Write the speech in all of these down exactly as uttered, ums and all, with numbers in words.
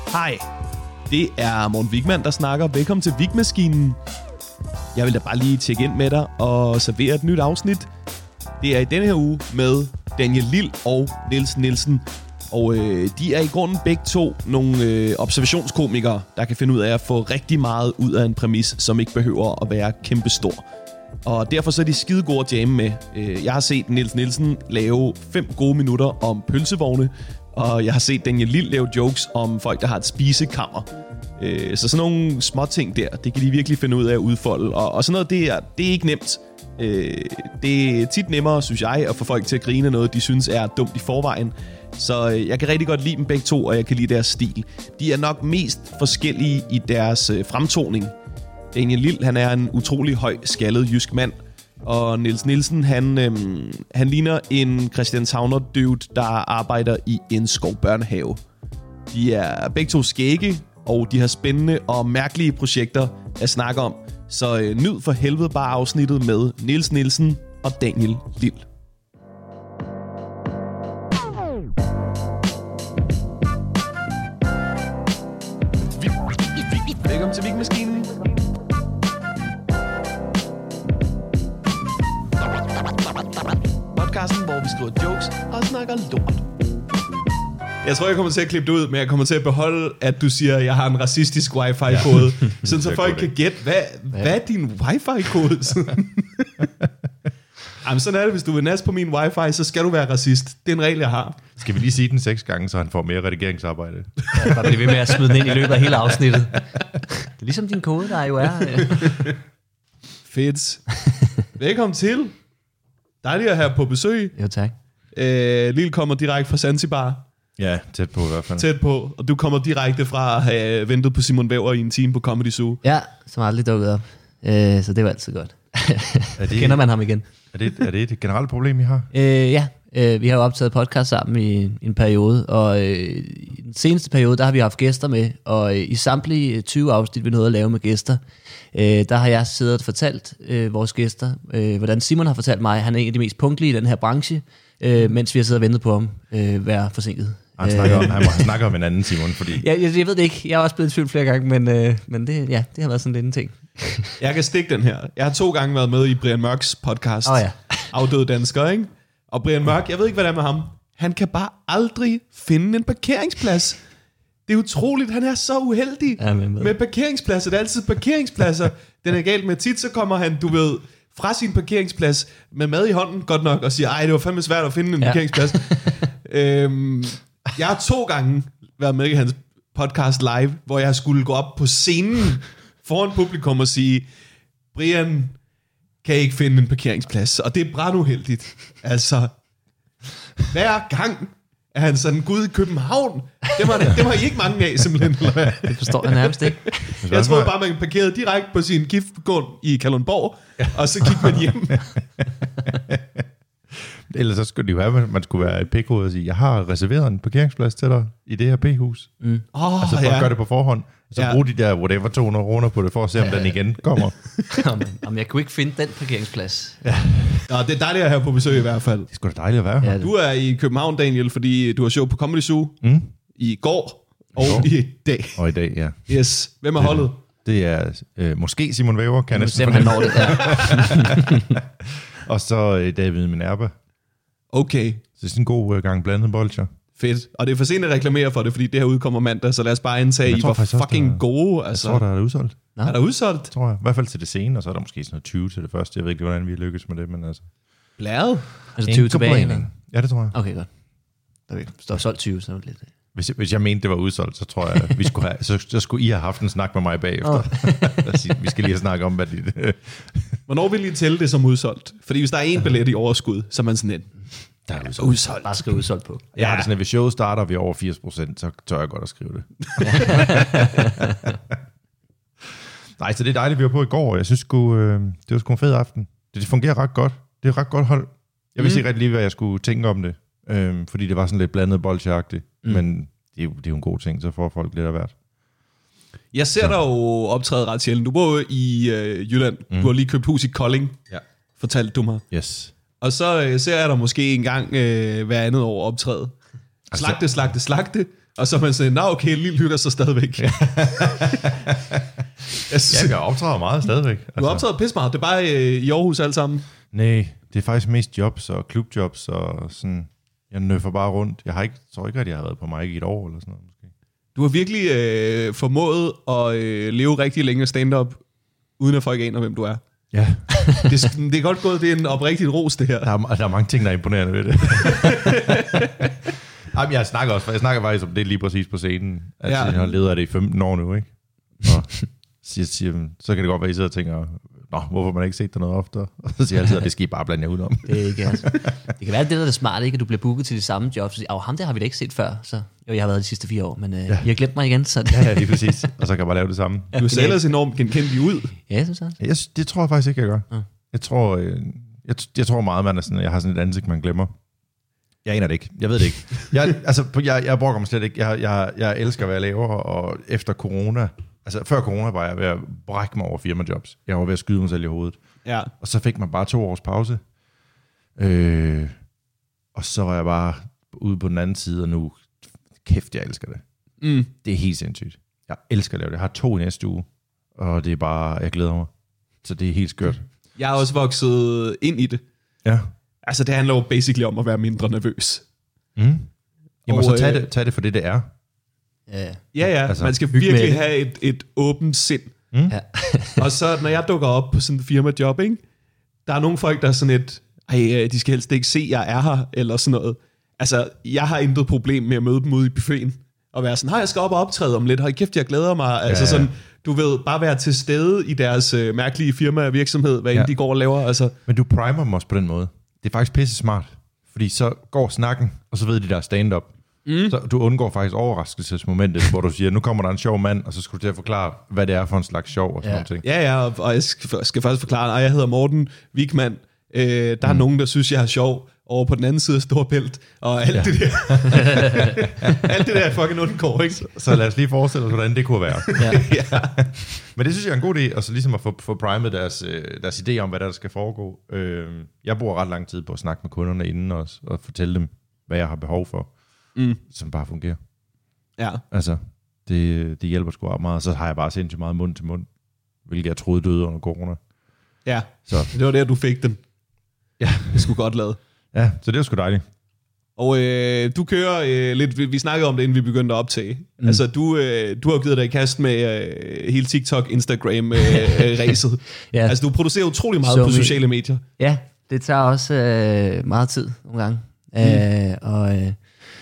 Hej, det er Morten Wigman, der snakker. Velkommen til Wigmaskinen. Jeg vil da bare lige tjekke ind med dig og servere et nyt afsnit. Det er i denne her uge med Daniel Lille og Niels Nielsen. Og øh, de er i grunden begge to nogle øh, observationskomikere, der kan finde ud af at få rigtig meget ud af en præmis, som ikke behøver at være kæmpestor. Og derfor så er de skide gode at jamme med. Jeg har set Niels Nielsen lave fem gode minutter om pølsevogne, og jeg har set Daniel Lille lave jokes om folk, der har et spisekammer. Så sådan nogle små ting der, det kan de virkelig finde ud af at udfolde. Og sådan noget, det er, det er ikke nemt. Det er tit nemmere, synes jeg, at få folk til at grine noget, de synes er dumt i forvejen. Så jeg kan rigtig godt lide dem begge to, og jeg kan lide deres stil. De er nok mest forskellige i deres fremtoning. Daniel Lille, han er en utrolig høj skaldet jysk mand, og Niels Nielsen, han, øhm, han ligner en Christianshavner dude, der arbejder i en skovbørnehave. De er begge to skægge, og de har spændende og mærkelige projekter at snakke om. Så øh, nyd for helvede bare afsnittet med Niels Nielsen og Daniel Lille. Velkommen til Wigmaskinen. Podcasten, hvor vi skriver jokes og snakker lort. Jeg tror, jeg kommer til at klippe det ud, men jeg kommer til at beholde, at du siger, at jeg har en racistisk wifi-kode, ja. Sådan så folk kan gætte, hvad, hvad er din wifi-kode? Jamen, sådan er det, hvis du vil nas på min wifi, så skal du være racist. Det er en regel, jeg har. Skal vi lige sige den seks gange, så han får mere redigeringsarbejde? Ja, bare blive ved med at smide den ind i løbet af hele afsnittet. Det er ligesom din kode, der jo er. Fedt. Velkommen til. Dejligt at have på besøg. Jo, tak. Øh, Lille kommer direkte fra Zanzibar. Ja, tæt på i hvert fald. Tæt på, og du kommer direkte fra at have ventet på Simon Væver i en time på Comedy Zoo. Ja, som aldrig dukket op. Øh, så det var altid godt. Er det, kender man ham igen. Er det, er det et generelt problem, I har? Øh, ja, øh, vi har jo optaget podcast sammen i, i en periode, og øh, i den seneste periode, der har vi haft gæster med, og øh, i samtlige tyve afsnit, vi nåede at lave med gæster, øh, der har jeg siddet og fortalt øh, vores gæster, øh, hvordan Simon har fortalt mig, han er en af de mest punktlige i den her branche, øh, mens vi har siddet og ventet på ham øh, være forsinket. Han snakker, om, han, han snakker om en anden Simon, fordi... Ja, jeg, jeg ved det ikke. Jeg har også blevet i tvivl flere gange, men, øh, men det, ja, det har været sådan lidt en ting. Jeg kan stikke den her. Jeg har to gange været med i Brian Mørks podcast. Åh oh, ja. Afdøde dansker, ikke? Og Brian Mørk, jeg ved ikke, hvad det er med ham. Han kan bare aldrig finde en parkeringsplads. Det er utroligt, han er så uheldig ja, med parkeringspladser. Det er altid parkeringspladser. Den er galt med tit, så kommer han, du ved, fra sin parkeringsplads med mad i hånden, godt nok, og siger, ej, det var fandme svært at finde en ja. parkeringsplads. øhm, jeg har to gange været med i hans podcast live, hvor jeg skulle gå op på scenen foran publikum og sige, Brian kan ikke finde en parkeringsplads, og det er branduheldigt. Altså, hver gang er han sådan, Gud i København, det var, det var I ikke mange af, simpelthen. Eller hvad? Det forstår jeg nærmest ikke. Jeg troede bare, man parkerede direkte på sin giftgrund i Kalundborg, og så gik man hjem. Ellers så skulle det jo have, man skulle være et pikhoved og sige, jeg har reserveret en parkeringsplads til dig i det her p-hus. Mm. Oh, altså bare ja. Gør det på forhånd. Så ja. Brug de der whatever to hundrede kroner på det, for at se, om ja. Den igen kommer. Jamen, jamen, jeg kunne ikke finde den parkeringsplads. Ja. Nå, det er dejligt at have på besøg i hvert fald. Det er sgu da dejligt at være her. Ja, du er i København, Daniel, fordi du har show på Comedy Zoo mm. i går og I, i dag. Og i dag, ja. Yes. Hvem er holdet? Det er øh, måske Simon Væver, kan jeg næsten fornemme. Når det er. Og så øh, David Minerva. Okay. Så det er sådan en god øh, gang blandet bolcher. Fedt. Og det er for sent at reklamere for det, fordi det her udkommer mandag, så lad os bare indtage, I var fucking også, der, gode. Altså. Jeg tror, der er udsolgt. Nå. Er der udsolgt? Tror jeg. I hvert fald til det scene, og så er der måske sådan noget tyve til det første. Jeg ved ikke, hvordan vi lykkes med det, men altså... Blæret? Altså tyve tilbage, eller? Ja, det tror jeg. Okay, godt. Okay. Hvis der er solgt tyve, så er det lidt... Hvis jeg, hvis jeg mente, det var udsolgt, så tror jeg, vi skulle have, så, så skulle I have haft en snak med mig bagefter. Oh. Vi skal lige snakke om, hvad det... Hvornår vil I tælle det som udsolgt? Fordi hvis der er en billet i overskud, så er man sådan en... Der er udsolgt. udsolgt. Bare skrive udsolgt på. Jeg ja. har det sådan, at hvis showet starter vi over firs procent, så tør jeg godt at skrive det. Nej, så det er dejligt, vi var på i går. Jeg synes sgu, øh, det var sgu en fed aften. Det, det fungerer ret godt. Det er et ret godt hold. Jeg vidste mm. ikke rigtig lige, hvad jeg skulle tænke om det. Øh, fordi det var sådan lidt blandet bolsjeagtigt. Mm. Men det er, jo, det er jo en god ting, så får folk lidt af hvert. Jeg ser dig jo optræde ret sjældent. Du bor jo i øh, Jylland. Mm. Du har lige købt hus i Kolding, ja. Fortalte du mig. Yes. Og så øh, ser jeg dig måske en gang øh, hver andet år optræde. Slagte, slagte, slagte. Og så er man sådan, nå okay, Lille hygger sig stadigvæk. jeg synes, ja, jeg optræder meget stadigvæk. Altså. Du har optrædet pisse meget, det er bare øh, i Aarhus alle sammen. Nej, det er faktisk mest jobs og klubjobs og sådan. Jeg nøffer bare rundt. Jeg har ikke, tror ikke, at jeg har været på mig i et år eller sådan noget måske. Du har virkelig øh, formået at øh, leve rigtig længe stand-up, uden at folk aner, hvem du er. Ja. det, det er godt gået, det er en oprigtigt ros, det her. Der er, der er mange ting, der er imponerende ved det. Jamen, jeg snakker også, jeg snakker faktisk om det lige præcis på scenen. Altså, ja. Jeg har levet af det i femten år nu, ikke? Og siger, siger, så kan det godt være, at I sidder og tænker, nå, hvorfor man ikke set dig noget oftere? Og så siger jeg altid, at det skal I bare blande jer udenom. Det er ikke, altså. Det kan være, det der er det smarte, ikke? At du bliver booket til de samme jobs. Så siger, ham der har vi da ikke set før. Så, jo, jeg har været de sidste fire år, men øh, ja. I har glemt mig igen. Så det... Ja, ja, lige præcis. Og så kan jeg bare lave det samme. Du ser ellers enormt genkendelig ud. Ja, jeg synes også. Jeg, det tror jeg faktisk ikke, jeg gør. Ja. Jeg tror, øh, jeg, jeg tror meget, man er sådan, jeg har sådan et ansigt, man glemmer. Jeg aner det ikke. Jeg ved det ikke. Jeg, altså, jeg, jeg brokker mig slet ikke. Jeg, jeg, jeg elsker, hvad jeg laver, og efter corona, altså før corona var jeg ved at brække mig over firmajobs. Jeg var ved at skyde mig selv i hovedet. Ja. Og så fik man bare to års pause. Øh, og så var jeg bare ude på den anden side, og nu, kæft, jeg elsker det. Mm. Det er helt sindssygt. Jeg elsker at lave det. Jeg har to i næste uge, og det er bare, jeg glæder mig. Så det er helt skørt. Jeg er også vokset ind i det. Ja. Altså, det handler jo basically om at være mindre nervøs. Mm. Jamen, og, så tag det, tag det for det, det er. Ja, ja. ja altså, man skal virkelig have et, et åbent sind. Mm. Ja. Og så, når jeg dukker op på sådan en firmajob, ikke? Der er nogle folk, der er sådan et, ej, de skal helst ikke se, jeg er her, eller sådan noget. Altså, jeg har intet problem med at møde dem ude i buffeten, og være sådan, hej, jeg skal op og optræde om lidt, hold kæft, jeg glæder mig. Ja, altså sådan, du ved, bare være til stede i deres øh, mærkelige firma og virksomhed, hvad end ja. de går og laver. Altså. Men du primer dem også på den måde. Det er faktisk pisse smart, fordi så går snakken, og så ved de, der er stand-up. Mm. Så du undgår faktisk overraskelsesmomentet, hvor du siger, nu kommer der en sjov mand, og så skal du til at forklare, hvad det er for en slags sjov og sådan ja. noget. Ja, ja, og, og jeg skal, skal faktisk forklare, at jeg hedder Morten Wigman. Øh, der mm. er nogen, der synes, jeg er sjov over på den anden side af Storbælt, og alt ja. det der. alt det der er fucking undgår, ikke? Så, så lad os lige forestille os, hvordan det kunne være. ja. ja. Men det synes jeg er en god idé, altså ligesom at få, få primet deres, deres idé om, hvad der skal foregå. Øh, jeg bruger ret lang tid på at snakke med kunderne inden også, og fortælle dem, hvad jeg har behov for. Mm. Som bare fungerer. Ja. Altså, det, det hjælper sgu ret meget. Så har jeg bare sindssygt meget mund til mund, hvilket jeg troede døde under corona. Ja, så. Det var der, du fik den. Ja. Det skulle godt lavet. Ja, så det var sgu dejligt. Og øh, du kører øh, lidt, vi, vi snakkede om det, inden vi begyndte at optage. Mm. Altså, du, øh, du har givet dig i kast med øh, hele TikTok, Instagram, øh, ræset. ja. Altså, du producerer utrolig meget så på sociale medier. Ja, det tager også øh, meget tid nogle gange. Mm. Øh, og... Øh,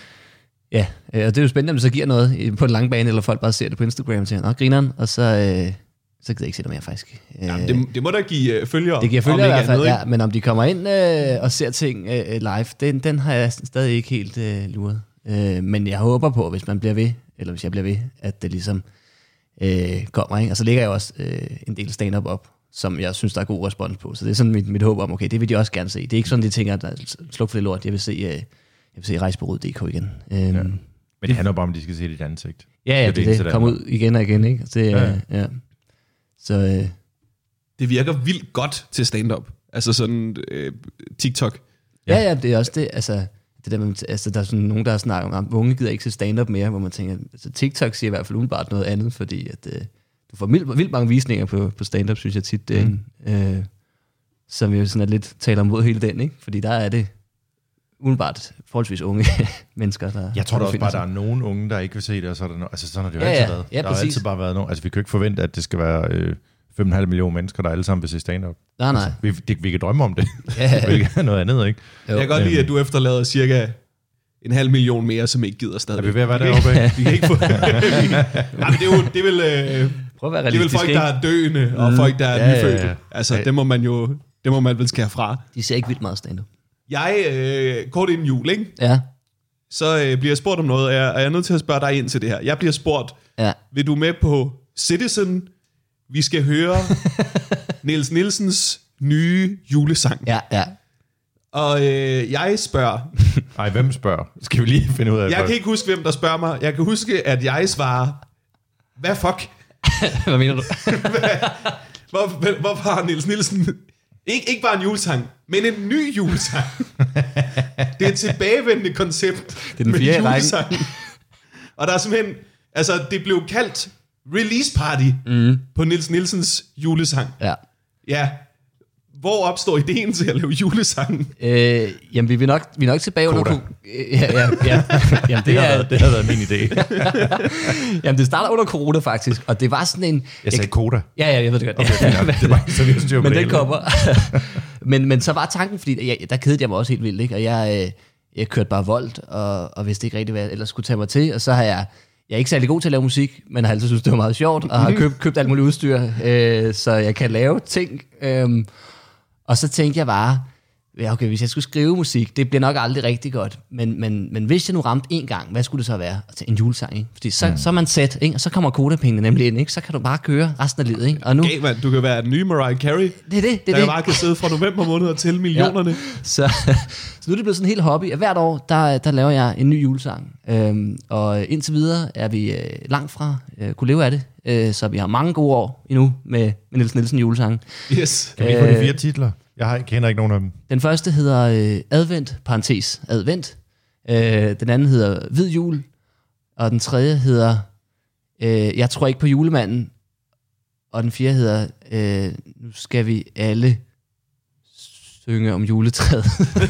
Ja, og det er jo spændende, om det så giver noget på en lang bane, eller folk bare ser det på Instagram og siger, nå, grineren, og så, øh, så gider jeg ikke se det mere, faktisk. Jamen, det, det må da give uh, følgere. Det giver følgere i hvert fald, ja, men om de kommer ind øh, og ser ting øh, live, den, den har jeg stadig ikke helt øh, luret. Øh, men jeg håber på, hvis man bliver ved, eller hvis jeg bliver ved, at det ligesom øh, kommer, ikke? Og så ligger jeg også øh, en del stand-up op, som jeg synes, der er god respons på. Så det er sådan mit, mit håb om, okay, det vil de også gerne se. Det er ikke sådan, de tænker, at sluk for det lort, jeg vil se... Øh, Jeg vil se rejsebureau punktum d k igen. Øhm, ja. Men det handler bare om, at de skal se dit ansigt. Ja, ja, det, det, det, det kommer ud igen og igen, ikke? Det, ja. Ja. Så, øh. det virker vildt godt til stand-up. Altså sådan øh, TikTok. Ja, ja, det er også det. Altså, det der, med, altså, der er sådan nogen, der har snakket om, at unge gider ikke se stand-up mere, hvor man tænker, altså, TikTok siger i hvert fald umiddelbart noget andet, fordi at, øh, du får vildt, vildt mange visninger på, på stand-up, synes jeg tit. Mm. Øh, som jo sådan er lidt taler mod hele den, ikke? Fordi der er det umiddelbart forholdsvis unge mennesker, der... Jeg tror der også bare, der er nogen unge, der ikke vil se det, og så er der no- altså sådan har det jo ja, altid ja. været. Ja, der har præcis. altid bare været nogen... Altså vi kan jo ikke forvente, at det skal være øh, fem komma fem millioner mennesker, der alle sammen vil se stand-up. Nej, nej. Altså, vi, det, vi kan drømme om det. Ja. Hvilket er noget andet, ikke? Jo. Jeg kan godt lide, at du efterlader cirka en halv million mere, som ikke gider stadig. Er vi ved at være deroppe? Vi kan ikke få... Nej, men det er jo... Det vil, øh, Prøv at være det er vel folk, der er døende, og mm. folk, der er ja, nyfødte. Ja, ja. Altså, ja. det må man jo... Det må man vel skære fra. De ser ikke vildt meget stand-up. Jeg, øh, kort inden jul, ikke? Ja. Så øh, bliver jeg spurgt om noget, og jeg, og jeg er nødt til at spørge dig ind til det her. Jeg bliver spurgt, ja. vil du med på Citizen? Vi skal høre Niels Nielsens nye julesang. Ja, ja. Og øh, jeg spørger... Ej, hvem spørger? Skal vi lige finde ud af det? Jeg kan ikke huske, hvem der spørger mig. Jeg kan huske, at jeg svarer, hvad fuck? Hvad mener du? Hvor, hvorfor har Niels Nielsen... Ikke, ikke bare en julesang, men en ny julesang. Det er et tilbagevendende koncept. Det er den fjerde række. Og der er simpelthen, altså det blev kaldt release party mm. på Niels Nielsens julesang. Ja. Ja. Hvor opstår ideen til at lave julesangen? Øh, jamen, vi er nok, vi er nok tilbage under... Koda. Ja, ja, ja. Jamen, det, Det, har er, været, det har været min idé. jamen, det starter under corona, faktisk. Og det var sådan en... Jeg sagde Koda. Ja, ja, jeg ved det godt. Okay, det var ikke så, vi har styr på men det den hele. kommer. men, men så var tanken, fordi jeg, der kedede jeg mig også helt vildt, ikke? Og jeg, øh, jeg kørte bare voldt, og, og vidste ikke rigtig, hvad jeg ellers skulle tage mig til. Og så har jeg... Jeg er ikke særlig god til at lave musik, men har altid synes det var meget sjovt, og har købt, købt alt muligt udstyr, øh, så jeg kan lave ting. Øh, og så tænkte jeg bare, ja, okay, hvis jeg skulle skrive musik, det bliver nok aldrig rigtig godt, men, men, men hvis jeg nu ramte en gang, hvad skulle det så være? En julesang, ikke? Fordi så, mm. så er man sæt, ikke? Og så kommer kodapengene nemlig ind, ikke? Så kan du bare køre resten af livet, ikke? Og nu, Okay, man, du kan være den nye Mariah Carey, det er det, det er der det. bare kan sidde fra november måned og tælle millionerne. Ja. Så, så nu er det blevet sådan en hel hobby, og hvert år, der, der laver jeg en ny julesang. Øhm, og indtil videre er vi øh, langt fra øh, kunne leve af det, øh, så vi har mange gode år endnu med, med Niels Nielsen julesang. Yes. Kan vi få de fire titler? Jeg har, kender ikke nogen af dem. Den første hedder øh, Advent, parentes, Advent. Øh, den anden hedder Hvid Jul, og den tredje hedder øh, Jeg tror ikke på julemanden, og den fjerde hedder øh, Nu skal vi alle synge om juletræet.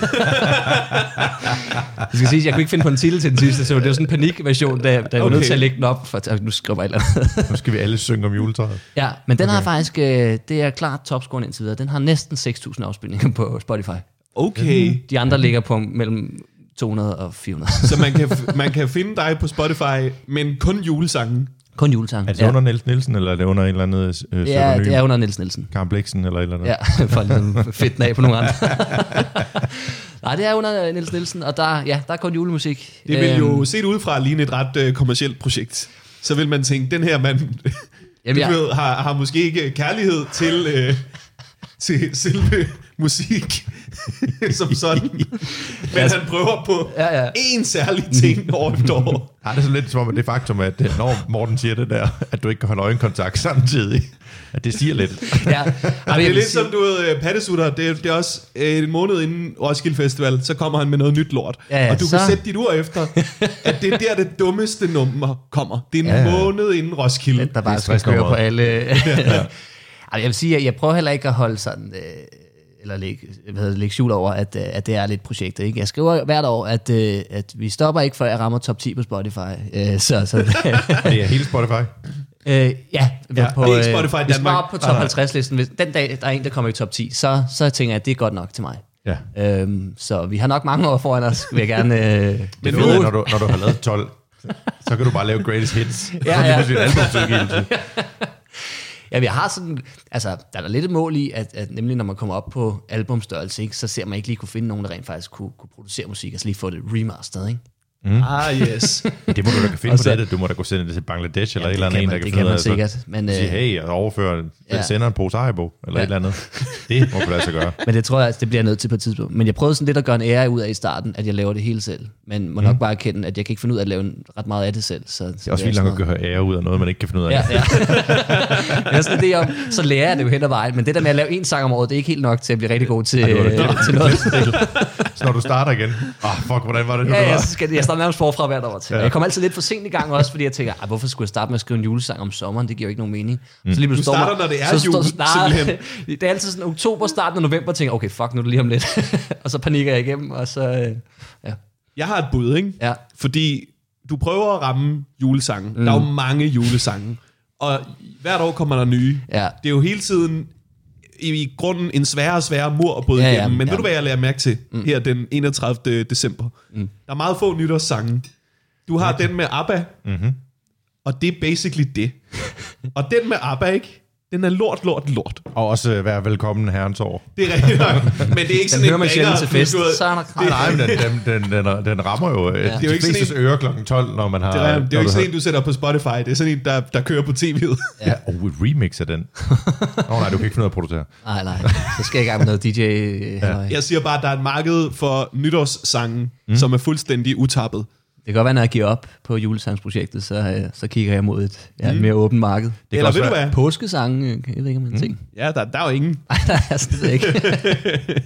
Jeg skal sige, jeg kunne ikke finde på en titel til den sidste, så det var sådan en panikversion, da, da jeg var Okay. nødt til at lægge den op, for at nu skriver jeg et eller andet. Nu skal vi alle synge om juletræet. Ja, men den Okay. har faktisk, øh, det er klart topscoren indtil videre. Den har næsten seks tusind afspilninger på Spotify. Okay. De andre ligger på mellem to hundrede og fire hundrede. Så man kan, man kan finde dig på Spotify, men kun julesangen. Kun julesang. Er det under Niels Nielsen, eller er det under en eller anden øh, Ja, pseudonym? det er under Niels Nielsen. Karen Bliksen eller et eller andet? Ja, for ligesom fedt den af på nogle andre. Nej, det er under Niels Nielsen, og der, ja, der er kun julemusik. Det vil jo Øhm, set udefra ligne et ret øh, kommercielt projekt. Så vil man tænke, den her mand Jamen, du ja. ved, har, har måske ikke kærlighed til, øh, til selve musik som sådan. Men han prøver på Ja, ja. én særlig ting år efter år. Har det sådan lidt som om, at det faktum, at øh, når Morten siger det der, at du ikke kan holde øjenkontakt samtidig, at det siger lidt. Ja. Og det er lidt som, du ved, Pattesutter, det, er- det er også øh, en måned inden Roskilde Festival, så kommer han med noget nyt lort. Ja, ja, og du så- kan sætte dit ur efter, at det er der, det dummeste nummer kommer. Det er en Ja, ja. måned inden Roskilde. Der bare Det er skal køre stressnummeret. på alle. Ja. Jeg vil sige, at jeg prøver heller ikke at holde sådan, øh, eller lægge, hvad hedder det, lægge skjul over, at, øh, at det er lidt projektet. Ikke? Jeg skriver hvert år, at, øh, at vi stopper ikke, før jeg rammer top ti på Spotify. Øh, så, så, Det er hele Spotify. øh, ja, Ja, på, det er ikke Spotify øh, hvis Danmark. man er op på top halvtreds-listen, hvis den dag, der er en, der kommer i top ti, så, så tænker jeg, at det er godt nok til mig. Ja. Øhm, så vi har nok mange år foran os, vil jeg gerne... Øh, Det er nu- fedt, at når du, når du har lavet tolv, så kan du bare lave greatest hits. Ja, Så er det ja. pludselig en albumsudgivelse. Ja, jeg har sådan, altså, der er lidt et mål i, at, at nemlig når man kommer op på albumstørrelse, ikke, så ser man ikke lige kunne finde nogen, der rent faktisk kunne, kunne producere musik, altså lige få det remasteret, ikke? Ah, yes. Det må du da kan finde Og på så- nettet. Du må da kunne sende det til Bangladesh eller Ja, et eller det andet, kan en, man- der kan det finde kan ud man af sikkert, så men, sige, øh, hey, og overføre, ja. ja. sender en pose Haribo, eller Ja. et eller andet. Det må kunne lade sig gøre. Men det tror jeg, altså, det bliver jeg nødt til på et tidspunkt. Men jeg prøvede sådan lidt at gøre en ære ud af i starten, at jeg laver det hele selv. Men må mm. nok bare erkende, at jeg kan ikke finde ud af at lave en, ret meget af det selv. Så, Det er også vildt langt at gøre ære ud af noget, man ikke kan finde ud af. Ja, ja. Jeg har sådan det om, så lærer jeg det jo hen ad vejen. Men det der med at lave en sang om året, det er ikke helt nok til at blive rigtig god til, Ej, det var det. øh, til noget. Så når du starter igen, ah, oh, fuck, hvordan var det nu, Ja, det jeg, var? skal, jeg starter nærmest forfra hvert år til. Ja. Jeg kommer altid lidt for sent i gang også, fordi jeg tænker, hvorfor skulle jeg starte med at skrive en julesang om sommeren? Det giver jo ikke nogen mening. Mm. Så lige Du pludselig står starter, man- når det er så jul, står- nej, simpelthen. det er altid sådan oktober, starten af november, tænker okay, fuck, nu er det lige om lidt. Og så panikker jeg igennem, og så... øh, Ja. Jeg har et bud, ikke? Ja. Fordi du prøver at ramme julesangen. Mm. Der er jo mange julesange. Og hvert år kommer der nye. Ja. Det er jo hele tiden i, i grunden en sværere og sværere mur at bryde Ja, ja, igennem. Men ja. ved du, hvad jeg lærer mærke til mm. her den enogtredivte december? Mm. Der er meget få nytårssange. Du har den med ABBA, Mm-hmm. og det er basically det. Og den med ABBA, ikke? Den er lort, lort, lort. Og også uh, være velkommen herrens år. Det er rigtigt nok. Men det er ikke Den sådan hører en man sjældent til fest. du ved, Så er der Nej, nej, men den, den, den, den, den rammer jo ja. Det er jo de ikke sådan flestes ører klokken tolv, når man har... Det er, det er når jo ikke du sådan har- en, du sætter på Spotify. Det er sådan en, der, der kører på tv'et. Ja, og et remix af den. Åh oh, nej, du kan ikke finde ud af at producere. Nej, nej. Så skal jeg i gang med noget D J. Ja. Jeg siger bare, at der er et marked for nytårssange, mm. som er fuldstændig utappet. Det kan godt være, når jeg giver op på julesangsprojektet, så, øh, så kigger jeg mod et ja, mere åbent marked. Det kan Eller også ved du være- hvad? Påskesange, øh, jeg ved ikke, om man mm. ting. Ja, der, der er jo ingen. Nej, der er sådan det ikke.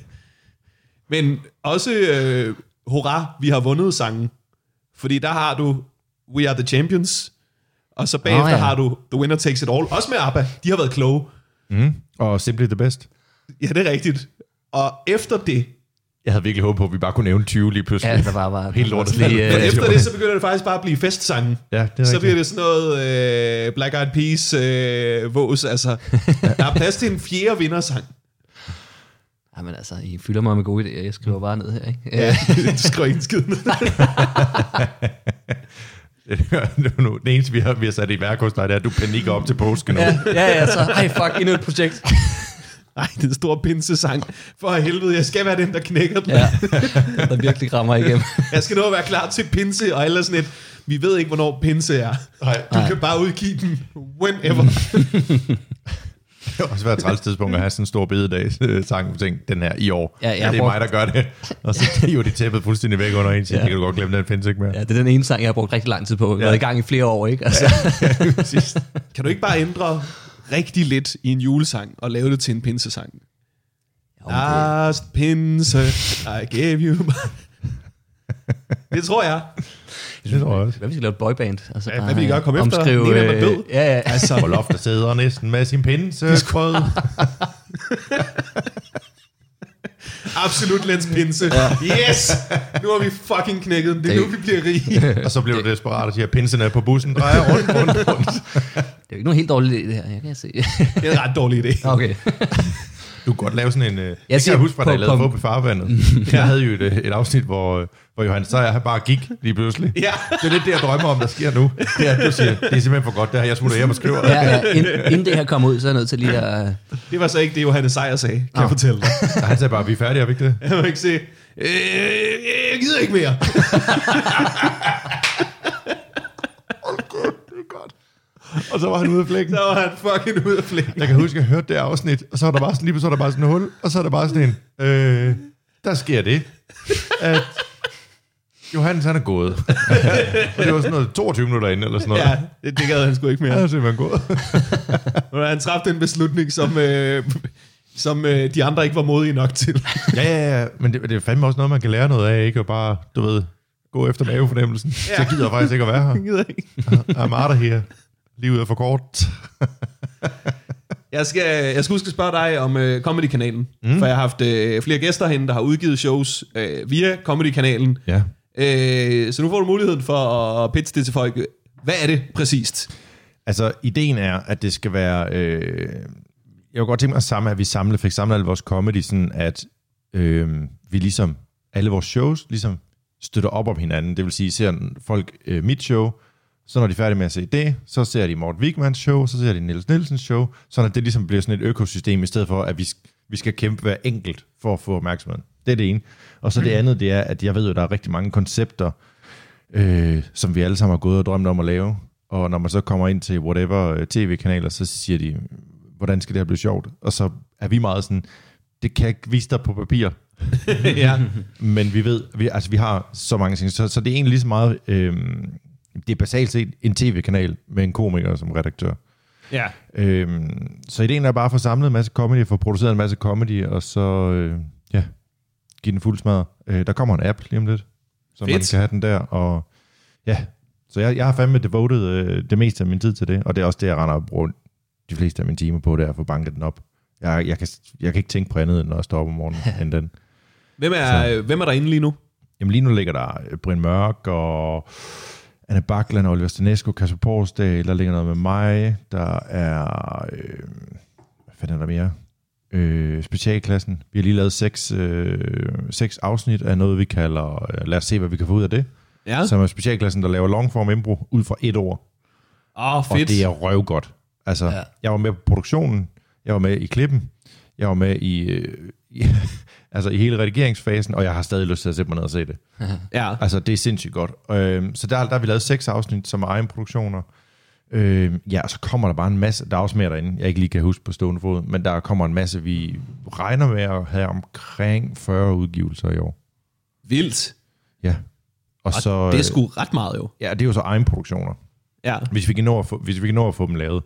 Men også, øh, hurra, vi har vundet sangen. Fordi der har du We Are The Champions. Og så bagefter oh, ja. har du The Winner Takes It All. Også med ABBA. De har været kloge. Mm. Og Simply The Best. Ja, det er rigtigt. Og efter det... Jeg havde virkelig håbet på, at vi bare kunne nævne tyve lige pludselig. Ja, der var bare... Helt lort. Lige, Men uh, efter det, så begynder det faktisk bare at blive festsangen. Ja, det er så rigtigt. bliver det sådan noget uh, Black Eyed Peas uh, vås. Altså, der er plads til en fjerde vindersang. Jamen altså, I fylder mig med gode idéer. Jeg skriver bare ned her, ikke? Ja, du skriver ikke en skid ned. Det eneste, vi har, vi har sat i værk hos dig, det er, at du panikker op til påsken. Ja, ja, ja, så ej, fuck, endnu et projekt. Nej, det er en stor pinsesang. For helvede, jeg skal være den, der knækker den. Ja, der virkelig rammer igennem. Jeg skal nå at være klar til pinse, og ellers sådan et, vi ved ikke, hvornår pinse er. Nej. Du Nej. kan bare udgive den whenever. Det har også været et træls tidspunkt at have sådan en stor bededag-sang, og tænke, den her i år. Ja, jeg ja, det er brugt... mig, der gør det. Og så hiver de tæppet fuldstændig væk under en, så Ja. det kan du godt glemme, den findes ikke mere. Ja, det er den ene sang, jeg har brugt rigtig lang tid på. Jeg har Ja. været i gang i flere år, ikke? Altså. Ja, Kan du ikke bare ændre rigtig lidt i en julesang, og lave det til en pinsesang? Last pinse, I gave you my... Det tror jeg. det tror jeg også. Hvad hvis vi lave et boyband? Altså, Ja, hvad vil I gøre? Kom efter? omskrive, En af dem er død. øh, Ja, ja. Altså, på loftet sidder næsten med sin pinsebrød. Absolut Lens pinse. Yes! Nu har vi fucking knækket den. Det er nu, vi bliver rige. Og så bliver du desperat og siger, pinsen er på bussen, drejer rundt, rundt, rundt. Det er jo ikke nogen helt dårlig idé, det her. Jeg kan se. Det er en ret dårlig idé. Okay. Du kan godt lave sådan en... Jeg, jeg siger kan huske, fra da på- jeg lavede på- Fup i farvandet. Jeg havde jo et, et afsnit, hvor, hvor Johan Sejer han bare gik lige pludselig. Ja. Det er lidt det, jeg drømmer om, der sker nu. Det er, at du siger, det er simpelthen for godt, det her. Jeg smutter hjem og skriver. Ja, ja. Inden, inden det her kommer ud, så er jeg nødt til lige at... Det var så ikke det, Johannes Sejer sagde, kan jeg fortælle dig. Og han sagde bare, vi er færdige, er vi ikke det? Jeg må ikke se. Øh, jeg gider ikke mere. Og så var han ude af flækken. Så var han fucking ude af flækken. Jeg kan huske, at jeg hørte det afsnit, og så er der bare sådan, lige så er der bare sådan en hul, og så er der bare sådan en, øh, der sker det, at Johannes han er gået. Og det var sådan noget toogtyve minutter inde, eller sådan noget. Ja, det, det gad han sgu ikke mere. Han er simpelthen gået. Og han træffede den beslutning, som, øh, som øh, de andre ikke var modige nok til. Ja, ja, ja, men det, det er fandme også noget, man kan lære noget af, ikke? Og bare, du ved, gå efter mavefornemmelsen. Ja. Så gider jeg faktisk ikke at være her. Jeg gider ikke. I'm out of here. Livet er for kort. Jeg skal, jeg skal huske at spørge dig om uh, Comedy-kanalen, mm. for jeg har haft uh, flere gæster herinde, der har udgivet shows uh, via Comedy-kanalen. Ja. Uh, så nu får du muligheden for at pitche det til folk. Hvad er det præcist? Altså, ideen er, at det skal være... Øh, jeg vil godt tænke mig at, samle, at vi samle, fik samlet alle vores comedy, sådan at øh, vi ligesom, alle vores shows, ligesom støtter op om hinanden. Det vil sige, ser folk øh, mit show, så når de er færdige med at se det, så ser de Morten Wigmans show, så ser de Niels Nielsens show, så at det ligesom bliver sådan et økosystem, i stedet for, at vi, vi skal kæmpe hver enkelt for at få opmærksomheden. Det er det ene. Og så det andet, det er, at jeg ved jo, at der er rigtig mange koncepter, øh, som vi alle sammen har gået og drømt om at lave. Og når man så kommer ind til whatever tv-kanaler, så siger de, hvordan skal det her blive sjovt? Og så er vi meget sådan, det kan jeg ikke vise dig på papir. Ja. Men vi ved, vi, altså vi har så mange ting, så, så det er egentlig lige så meget, øh, det er basalt set en tv-kanal med en komiker som redaktør. Ja. Øh, så ideen er bare at få samlet en masse comedy, få produceret en masse comedy, og så øh, ja, give den fuld smadret. Øh, der kommer en app lige om lidt, så Fedt. man kan have den der, og ja, så jeg, jeg har fandme devoted øh, det meste af min tid til det, og det er også det, jeg render og bruger de fleste af mine timer på, det er at få banket den op. Jeg, jeg, kan, jeg kan ikke tænke på andet, end når jeg står op om morgenen, end den. Hvem er, hvem er der inde lige nu? Jamen lige nu ligger der Brian Mørk og Anne Bakland, Oliver Stanesco, Kasper Porsdal, der ligger noget med mig, der er, øh, hvad fanden er der mere? Øh, specialklassen. Vi har lige lavet seks, øh, seks afsnit af noget, vi kalder, øh, lad os se, hvad vi kan få ud af det. Ja. Som er specialklassen, der laver longform impro ud fra et ord. Åh, oh, Og fedt. det er røvgodt. Altså, Ja. ja. jeg var med på produktionen, jeg var med i klippen, jeg var med i, øh, i, altså i hele redigeringsfasen, og jeg har stadig lyst til at sætte mig ned og se det. Ja. Altså, det er sindssygt godt. Øh, så der, der har vi lavet seks afsnit, som er egen produktioner. Øh, ja, og så kommer der bare en masse, der er også mere derinde, jeg ikke lige kan huske på stående fod, men der kommer en masse, vi regner med at have omkring fyrre udgivelser i år. Vildt. Ja. Og så, Det er sgu ret meget jo. ja, det er jo så egen produktioner. Ja. Hvis vi kan nå at få, hvis vi kan nå at få dem lavet.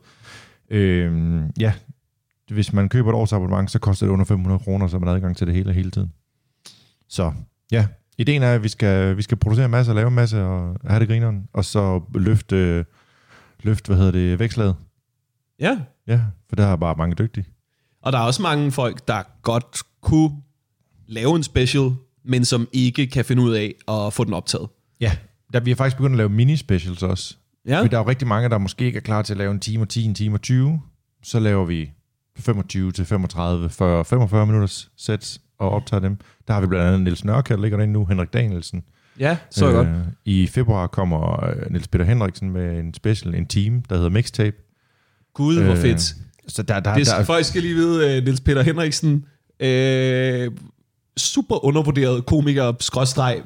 Øh, ja, hvis man køber et års abonnement, så koster det under fem hundrede kroner, så man har adgang til det hele hele tiden. Så ja, ideen er, at vi skal, vi skal producere en masse og lave en masse og have det grineren, og så løfte, løfte hvad hedder det, vækslaget. Ja. Ja, for der er bare mange dygtige. Og der er også mange folk, der godt kunne lave en special, men som ikke kan finde ud af at få den optaget. Ja, der vi har faktisk begyndt at lave mini-specials også. Ja. For der er jo rigtig mange, der måske ikke er klar til at lave en time og ti, en time og tyve. Så laver vi femogtyve til femogtredive, fyrre, femogfyrre minutters sets og optager dem. Der har vi blandt andet Niels Nørkjær, der ligger derinde nu, Henrik Danielsen. Ja, så er øh, godt. I februar kommer Niels Peter Henriksen med en special, en team, der hedder Mixtape. Gud, hvor fedt. Øh, så der, der, det skal, der, folk skal lige vide, uh, Niels Peter Henriksen, øh, super undervurderet komiker, skråstreg,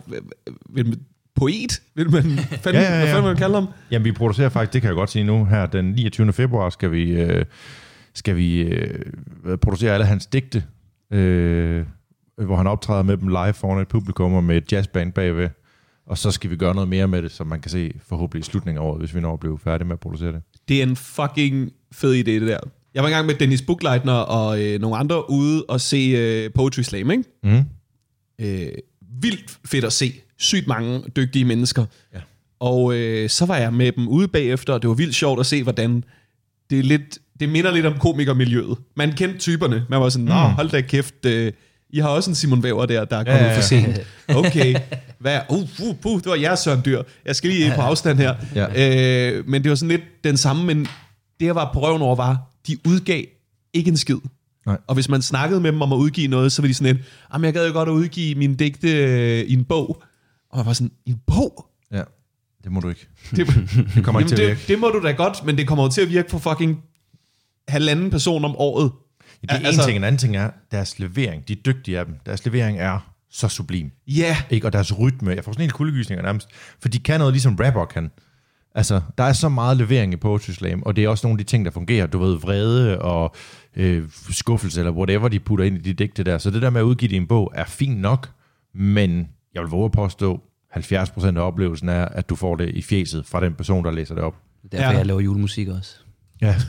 poet, vil man fandme, ja, ja, ja. Hvad fanden man kalder ham? Jamen, vi producerer faktisk, det kan jeg godt sige nu, her den niogtyvende februar skal vi, øh, skal vi øh, producere alle hans digte, øh, hvor han optræder med dem live foran et publikum og med et jazzband bagved. Og så skal vi gøre noget mere med det, som man kan se forhåbentlig i slutningen af året, hvis vi når at blive færdige med at producere det. Det er en fucking fed idé, det der. Jeg var engang med Dennis Buchleitner og øh, nogle andre ude og se øh, Poetry Slam, ikke? Mm. Øh, vildt fedt at se. Sygt mange dygtige mennesker. Ja. Og øh, så var jeg med dem ude bagefter, og det var vildt sjovt at se, hvordan det er lidt, det minder lidt om komikermiljøet. Man kendte typerne. Man var sådan, nå, hold da kæft, øh, I har også en Simon Væver der, der er kommet ja, ja. for sent. Okay, hvad? Uh, uh, uh, det var jeres Søren Dyr. Jeg skal lige på afstand her. Ja. Øh, men det var sådan lidt den samme, men det jeg var på røven over var, de udgav ikke en skid. Nej. Og hvis man snakkede med dem om at udgive noget, så var de sådan lidt, jamen jeg gad jo godt at udgive mine digte øh, i en bog. Og jeg var sådan, i en bog? Ja, det må du ikke. Det, det kommer ikke til at virke. Det, det må du da godt, men det kommer jo til at virke for fucking halvanden person om året. Det er en altså, ting, en anden ting er, deres levering, de er dygtige af dem, deres levering er så sublim. Ja. Yeah. Ikke? Og deres rytme, jeg får sådan en kuldegysninger nærmest, for de kan noget ligesom rapper kan. Altså, der er så meget levering i Poetry Slam, og det er også nogle af de ting, der fungerer. Du ved, vrede og øh, skuffelse, eller whatever de putter ind i de digte der. Så det der med at udgive det i en bog er fint nok, men jeg vil våge at påstå, halvfjerds procent af oplevelsen er, at du får det i fjeset fra den person, der læser det op. Derfor ja. jeg laver julemusik også. Ja. ja.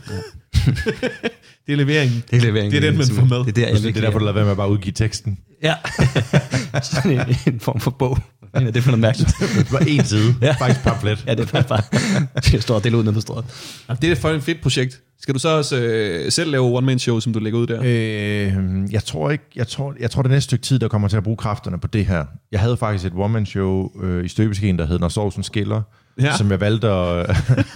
Det er leveringen. Det er leveringen. Det er den, man får med. Det er, der, jeg det er derfor, du lader være med at bare udgive teksten. Ja. Sådan en, en form for bog. Ja, det er for noget mærkeligt. Det var en side. Ja. Faktisk pamflet. Ja, det er bare det står og deler ud ned på strået. Det er for en fedt projekt. Skal du så også øh, selv lave one-man-show, som du lægger ud der? Øh, jeg tror ikke. Jeg tror, jeg tror, det næste stykke tid, der kommer til at bruge kræfterne på det her. Jeg havde faktisk et one-man-show øh, i støbeskeen, der hed Når sovsen skiller, ja. som jeg valgte at...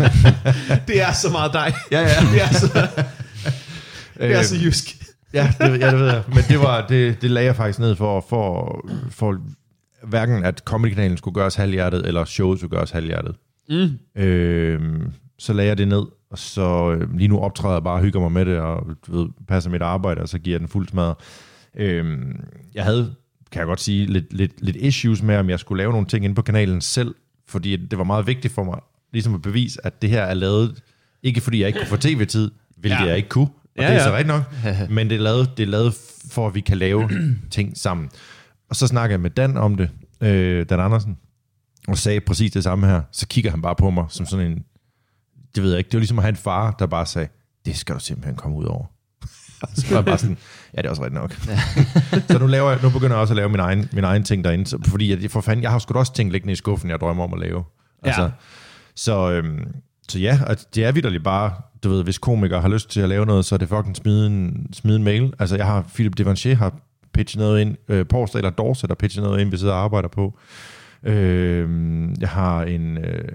Det er så meget dig. Ja, ja. Det er så, det er så jysk. Ja, det, ja, det ved jeg. Men det, var, det, det lagde jeg faktisk ned for, for, for hverken at Comedy-kanalen skulle gøres halvhjertet, eller showet skulle gøres halvhjertet. Mm. Øh, så lagde jeg det ned, og så øh, lige nu optræder jeg bare og hygger mig med det, og du ved, passer mit arbejde, og så giver jeg den fuld smadret. Øh, jeg havde, kan jeg godt sige, lidt, lidt, lidt issues med, om jeg skulle lave nogle ting inde på kanalen selv, fordi det var meget vigtigt for mig, ligesom at bevise, at det her er lavet, ikke fordi jeg ikke kunne få tv-tid, hvilket ja. jeg ikke kunne, og ja, det er så ja. rigtigt nok, men det er, lavet, det er lavet for, at vi kan lave ting sammen. Og så snakker jeg med Dan om det, øh, Dan Andersen, og sagde præcis det samme her. Så kigger han bare på mig som sådan en, det ved jeg ikke, det var ligesom at have en far, der bare sagde, det skal du simpelthen komme ud over. Så var jeg bare sådan, ja, det er også rigtigt nok. Ja. Så nu, laver jeg, nu begynder jeg også at lave min egen, min egen ting derinde, så, fordi jeg, for fanden, jeg har sgu da også ting liggende i skuffen, jeg drømmer om at lave. Altså, ja. Så, øhm, så ja, og det er vitterligt bare, du ved, hvis komikere har lyst til at lave noget, så er det fucking smide en, smide en mail. Altså, jeg har, Philip Devanché har pitchet noget ind, øh, Porsche eller Dorset har pitchet noget ind, vi sidder og arbejder på. Øh, jeg har en, øh,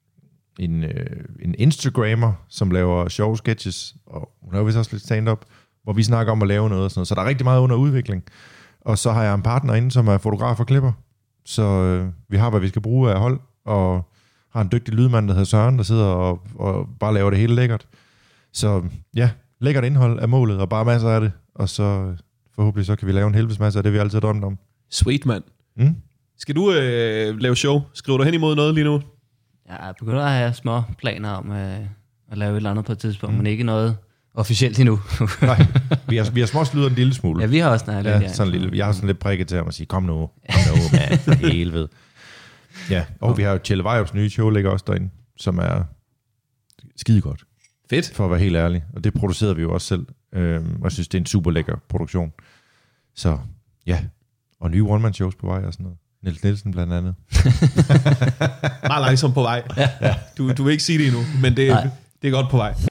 en, øh, en Instagrammer, som laver sjove sketches, og hun laver vist også lidt stand-up, hvor vi snakker om at lave noget og sådan noget. Så der er rigtig meget under udvikling. Og så har jeg en partner inde, som er fotograf og klipper. Så øh, vi har, hvad vi skal bruge af hold, og har en dygtig lydmand, der hedder Søren, der sidder og, og bare laver det hele lækkert. Så ja, lækkert indhold er målet, og bare masser af det. Og så forhåbentlig så kan vi lave en helvedes masse af det, vi altid har drømt om. Sweet, mand. Mm? Skal du øh, lave show? Skriver du hen imod noget lige nu? Jeg begynder at have små planer om øh, at lave et eller andet på et tidspunkt, mm. men ikke noget officielt endnu. Nej, vi har, vi har smås lyder en lille smule. Ja, vi har også snakket ja, lidt. Sådan lille, jeg har sådan lidt prikket til ham at sige, kom nu, kom nu, man, for helvede. Ja, og vi har jo Tjelle Vejrups nye show, ligger også derinde, som er skide godt. Fedt. For at være helt ærlig. Og det producerede vi jo også selv. Øhm, og jeg synes, det er en super lækker produktion. Så ja, og nye one-man-shows på vej og sådan noget. Niels Nielsen blandt andet. Meget langsomt på vej. Ja. Du, du vil ikke sige det endnu, men det, det er godt på vej.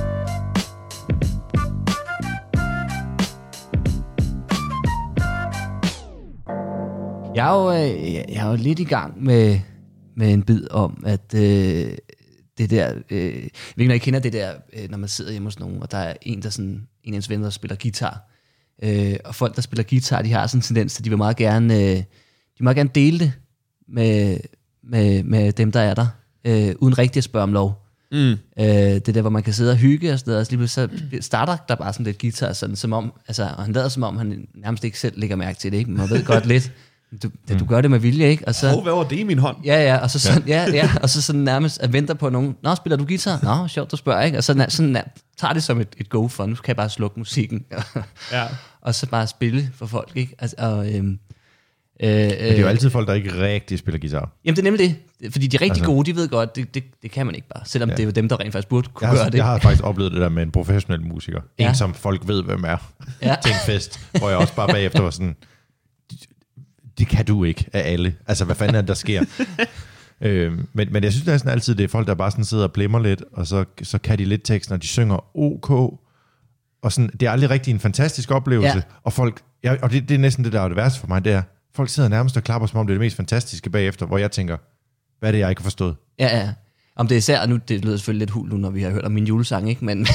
Jeg er jo, jeg er jo lidt i gang med, med en bid om, at øh, det der, øh, jeg ved ikke, når I kender det der, øh, når man sidder hjemme hos nogen, og der er en, der sådan, en af ens venner, der spiller guitar. Øh, og folk, der spiller guitar, de har sådan en tendens til, de vil meget gerne, øh, de vil meget gerne dele det med, med, med dem, der er der, øh, uden rigtig at spørge om lov. Mm. Øh, det der, hvor man kan sidde og hygge og sådan noget, og så lige så starter der bare sådan lidt guitar, sådan, som om, altså, og han lader som om, han nærmest ikke selv lægger mærke til det, ikke? Man ved godt lidt, du, du gør det med vilje, ikke? Og så, oh, hvad var det i min hånd? Ja, ja, og så sådan, ja, ja, og så sådan nærmest at venter på nogen, nå, spiller du guitar? Nå, sjovt, du spørger, ikke? Og så sådan, tager det som et, et go for, nu kan jeg bare slukke musikken, ja. Og så bare spille for folk, ikke? Altså, og, øhm, Øh, Men det er jo altid folk, der ikke rigtig spiller guitar. Jamen det er nemlig det. Fordi de er rigtig altså, gode, de ved godt, det, det, det kan man ikke bare. Selvom ja. det er jo dem, der rent faktisk burde kunne jeg har, gøre det. Jeg har faktisk oplevet det der med en professionel musiker. Ja. En, som folk ved, hvem er. Ja. Til en fest, hvor jeg også bare bagefter var sådan, det kan du ikke af alle. Altså, hvad fanden er det, der sker? øh, men, men jeg synes næsten altid, det er folk, der bare sådan sidder og blimmer lidt, og så, så kan de lidt teksten, og de synger OK. Og sådan, det er aldrig rigtig en fantastisk oplevelse. Ja. Og folk, ja, og det, det er næsten det, der er det værste for mig, det er, folk sidder nærmest og klapper, som om det er det mest fantastiske bagefter, hvor jeg tænker, hvad er det, jeg ikke har forstået? Ja, ja. Om det er især, nu det lyder selvfølgelig lidt hul nu, når vi har hørt om min julesang, ikke? Men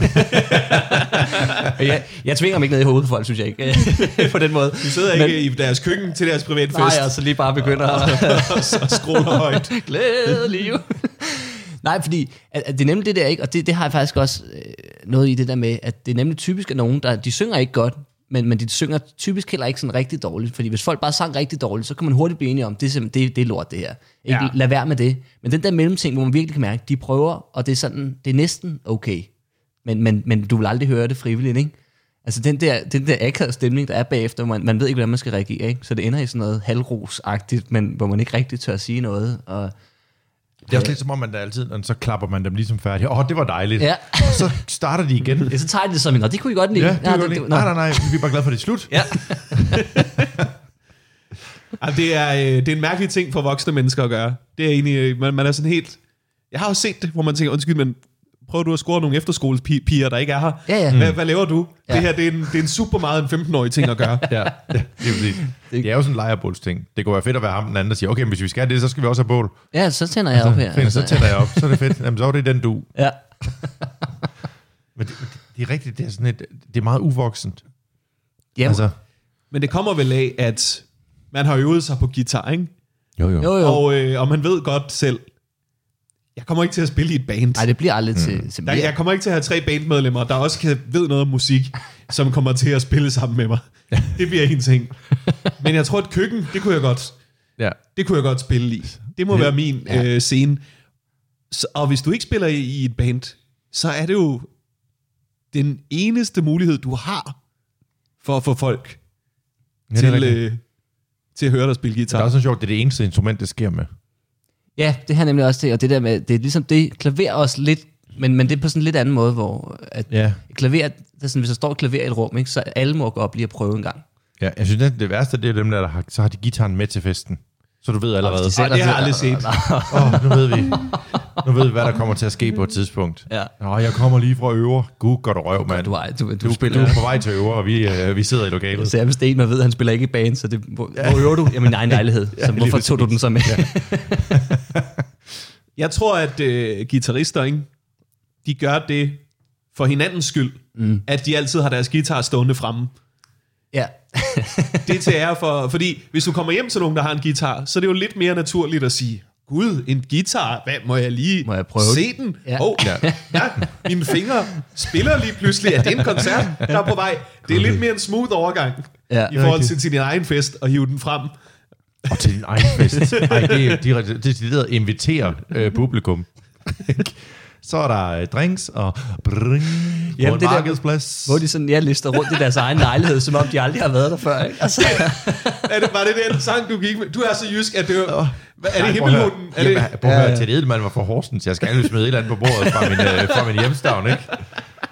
jeg, jeg tvinger mig ikke ned i hovedet på folk, synes jeg ikke, på den måde. Du sidder men, ikke i deres køkken til deres privatfest. Nej, og så lige bare begynder at skrue højt. Glædelig jul. Nej, fordi at, at det er nemlig det der, ikke? Og det, det har jeg faktisk også øh, noget i det der med, at det er nemlig typisk af nogen, der de synger ikke godt, men, men de synger typisk heller ikke sådan rigtig dårligt, fordi hvis folk bare sang rigtig dårligt, så kan man hurtigt blive enige om, det er, det, det er lort det her. Ikke? Ja. Lad være med det. Men den der mellemting, hvor man virkelig kan mærke, de prøver, og det er sådan, det er næsten okay. Men, men, men du vil aldrig høre det frivilligt, ikke? Altså den der, den der akavede stemning, der er bagefter, man, man ved ikke, hvordan man skal reagere, ikke? Så det ender i sådan noget halvrosagtigt, men hvor man ikke rigtig tør at sige noget, og det er også lidt som om, man der altid, og så klapper man dem ligesom færdigt. Åh, oh, det var dejligt. Ja. Og så starter de igen. Ja, så tager de det som en, og det kunne I godt lide. Ja, det ja, det, det, nej, nej, nej, vi er bare glade for, det er slut. Ja. Altså, det, er, det er en mærkelig ting for voksne mennesker at gøre. Det er egentlig, man, man er sådan helt... Jeg har jo set det, hvor man tænker, undskyld, men prøver du at score nogle efterskolepiger, der ikke er her? Ja, ja. Hvad, hvad laver du? Ja. Det her, det er, en, det er en super meget en femten-årig ting at gøre. Ja, ja, det er det. Det er jo sådan en lejrebålsting. Det kunne være fedt at være ham den anden, der siger, okay, men hvis vi skal have det, så skal vi også have bål. Ja, så tænder jeg op her. Fint, så tænder jeg op. Så er det fedt. Jamen, så er det den du. Ja. Men det, det er rigtigt, det er sådan et, det er meget uvoksent. Ja. Altså. Men det kommer vel af, at man har øvet sig på guitar, ikke? Jo, jo. jo, jo. Og, øh, og man ved godt selv, jeg kommer ikke til at spille i et band. Nej, det bliver aldrig til... Mm. Der, jeg kommer ikke til at have tre bandmedlemmer, der også kan ved noget om musik, som kommer til at spille sammen med mig. Det bliver en ting. Men jeg tror, at køkken, det kunne jeg godt, ja. det kunne jeg godt spille i. Det må ja. være min ja. øh, scene. Så, og hvis du ikke spiller i, i et band, så er det jo den eneste mulighed, du har for at få folk ja, til, øh, til at høre dig spille guitar. Det er også så sjovt, det er det eneste instrument, det sker med. Ja, det her nemlig også det, og det der med, det er ligesom det, klaver også lidt, men, men det er på sådan en lidt anden måde, hvor at ja. klaver, det er sådan, hvis der står et klaver i et rum, ikke, så alle må gå op lige og prøve en gang. Ja, jeg synes, det, det værste, det er dem der, der har, så har de gitaren med til festen. Så du ved allerede. Ej, det har jeg aldrig set. Åh, oh, nu ved vi. Nu ved vi, hvad der kommer til at ske på et tidspunkt. Ja. Nå, jeg kommer lige fra øver. Gud, går du røv, mand. Du, du, du, du, spiller. Du er på vej til øver, og vi, øh, vi sidder i lokalet. Så jeg vil Sten, man ved, at han spiller ikke i band, så det, hvor, ja. hvor øver du? Jamen, min egen lejlighed. Så ja, hvorfor tog du den så med? Ja. Jeg tror, at øh, guitarister, ikke, de gør det for hinandens skyld, mm. at de altid har deres guitar stående fremme. Ja. Det er til ære for, fordi hvis du kommer hjem til nogen, der har en guitar, så er det jo lidt mere naturligt at sige, Gud, en guitar, hvad, må jeg lige må jeg prøve se den? Ja. Oh, ja. Ja, mine fingre spiller lige pludselig. Er det en koncert, der er på vej? Det er lidt mere en smooth overgang, ja. i forhold til, til din egen fest, og hive den frem. Og til din egen fest. Ej, det er de, de, de der inviterer øh, publikum. Så er der øh, drinks og bring, jamen, det markedsplads. Der, hvor de sådan, ja, lister rundt i deres egen lejlighed, som om de aldrig har været der før. Ikke? Altså. Er det, var det den sang, du gik med? Du er så jysk, at det var... Er det himmelhunden? Er det... Prøv at høre, Ted Edelmann var fra Horsens. Jeg skal aldrig smide et eller andet på bordet fra min, øh, fra min hjemstavn, ikke?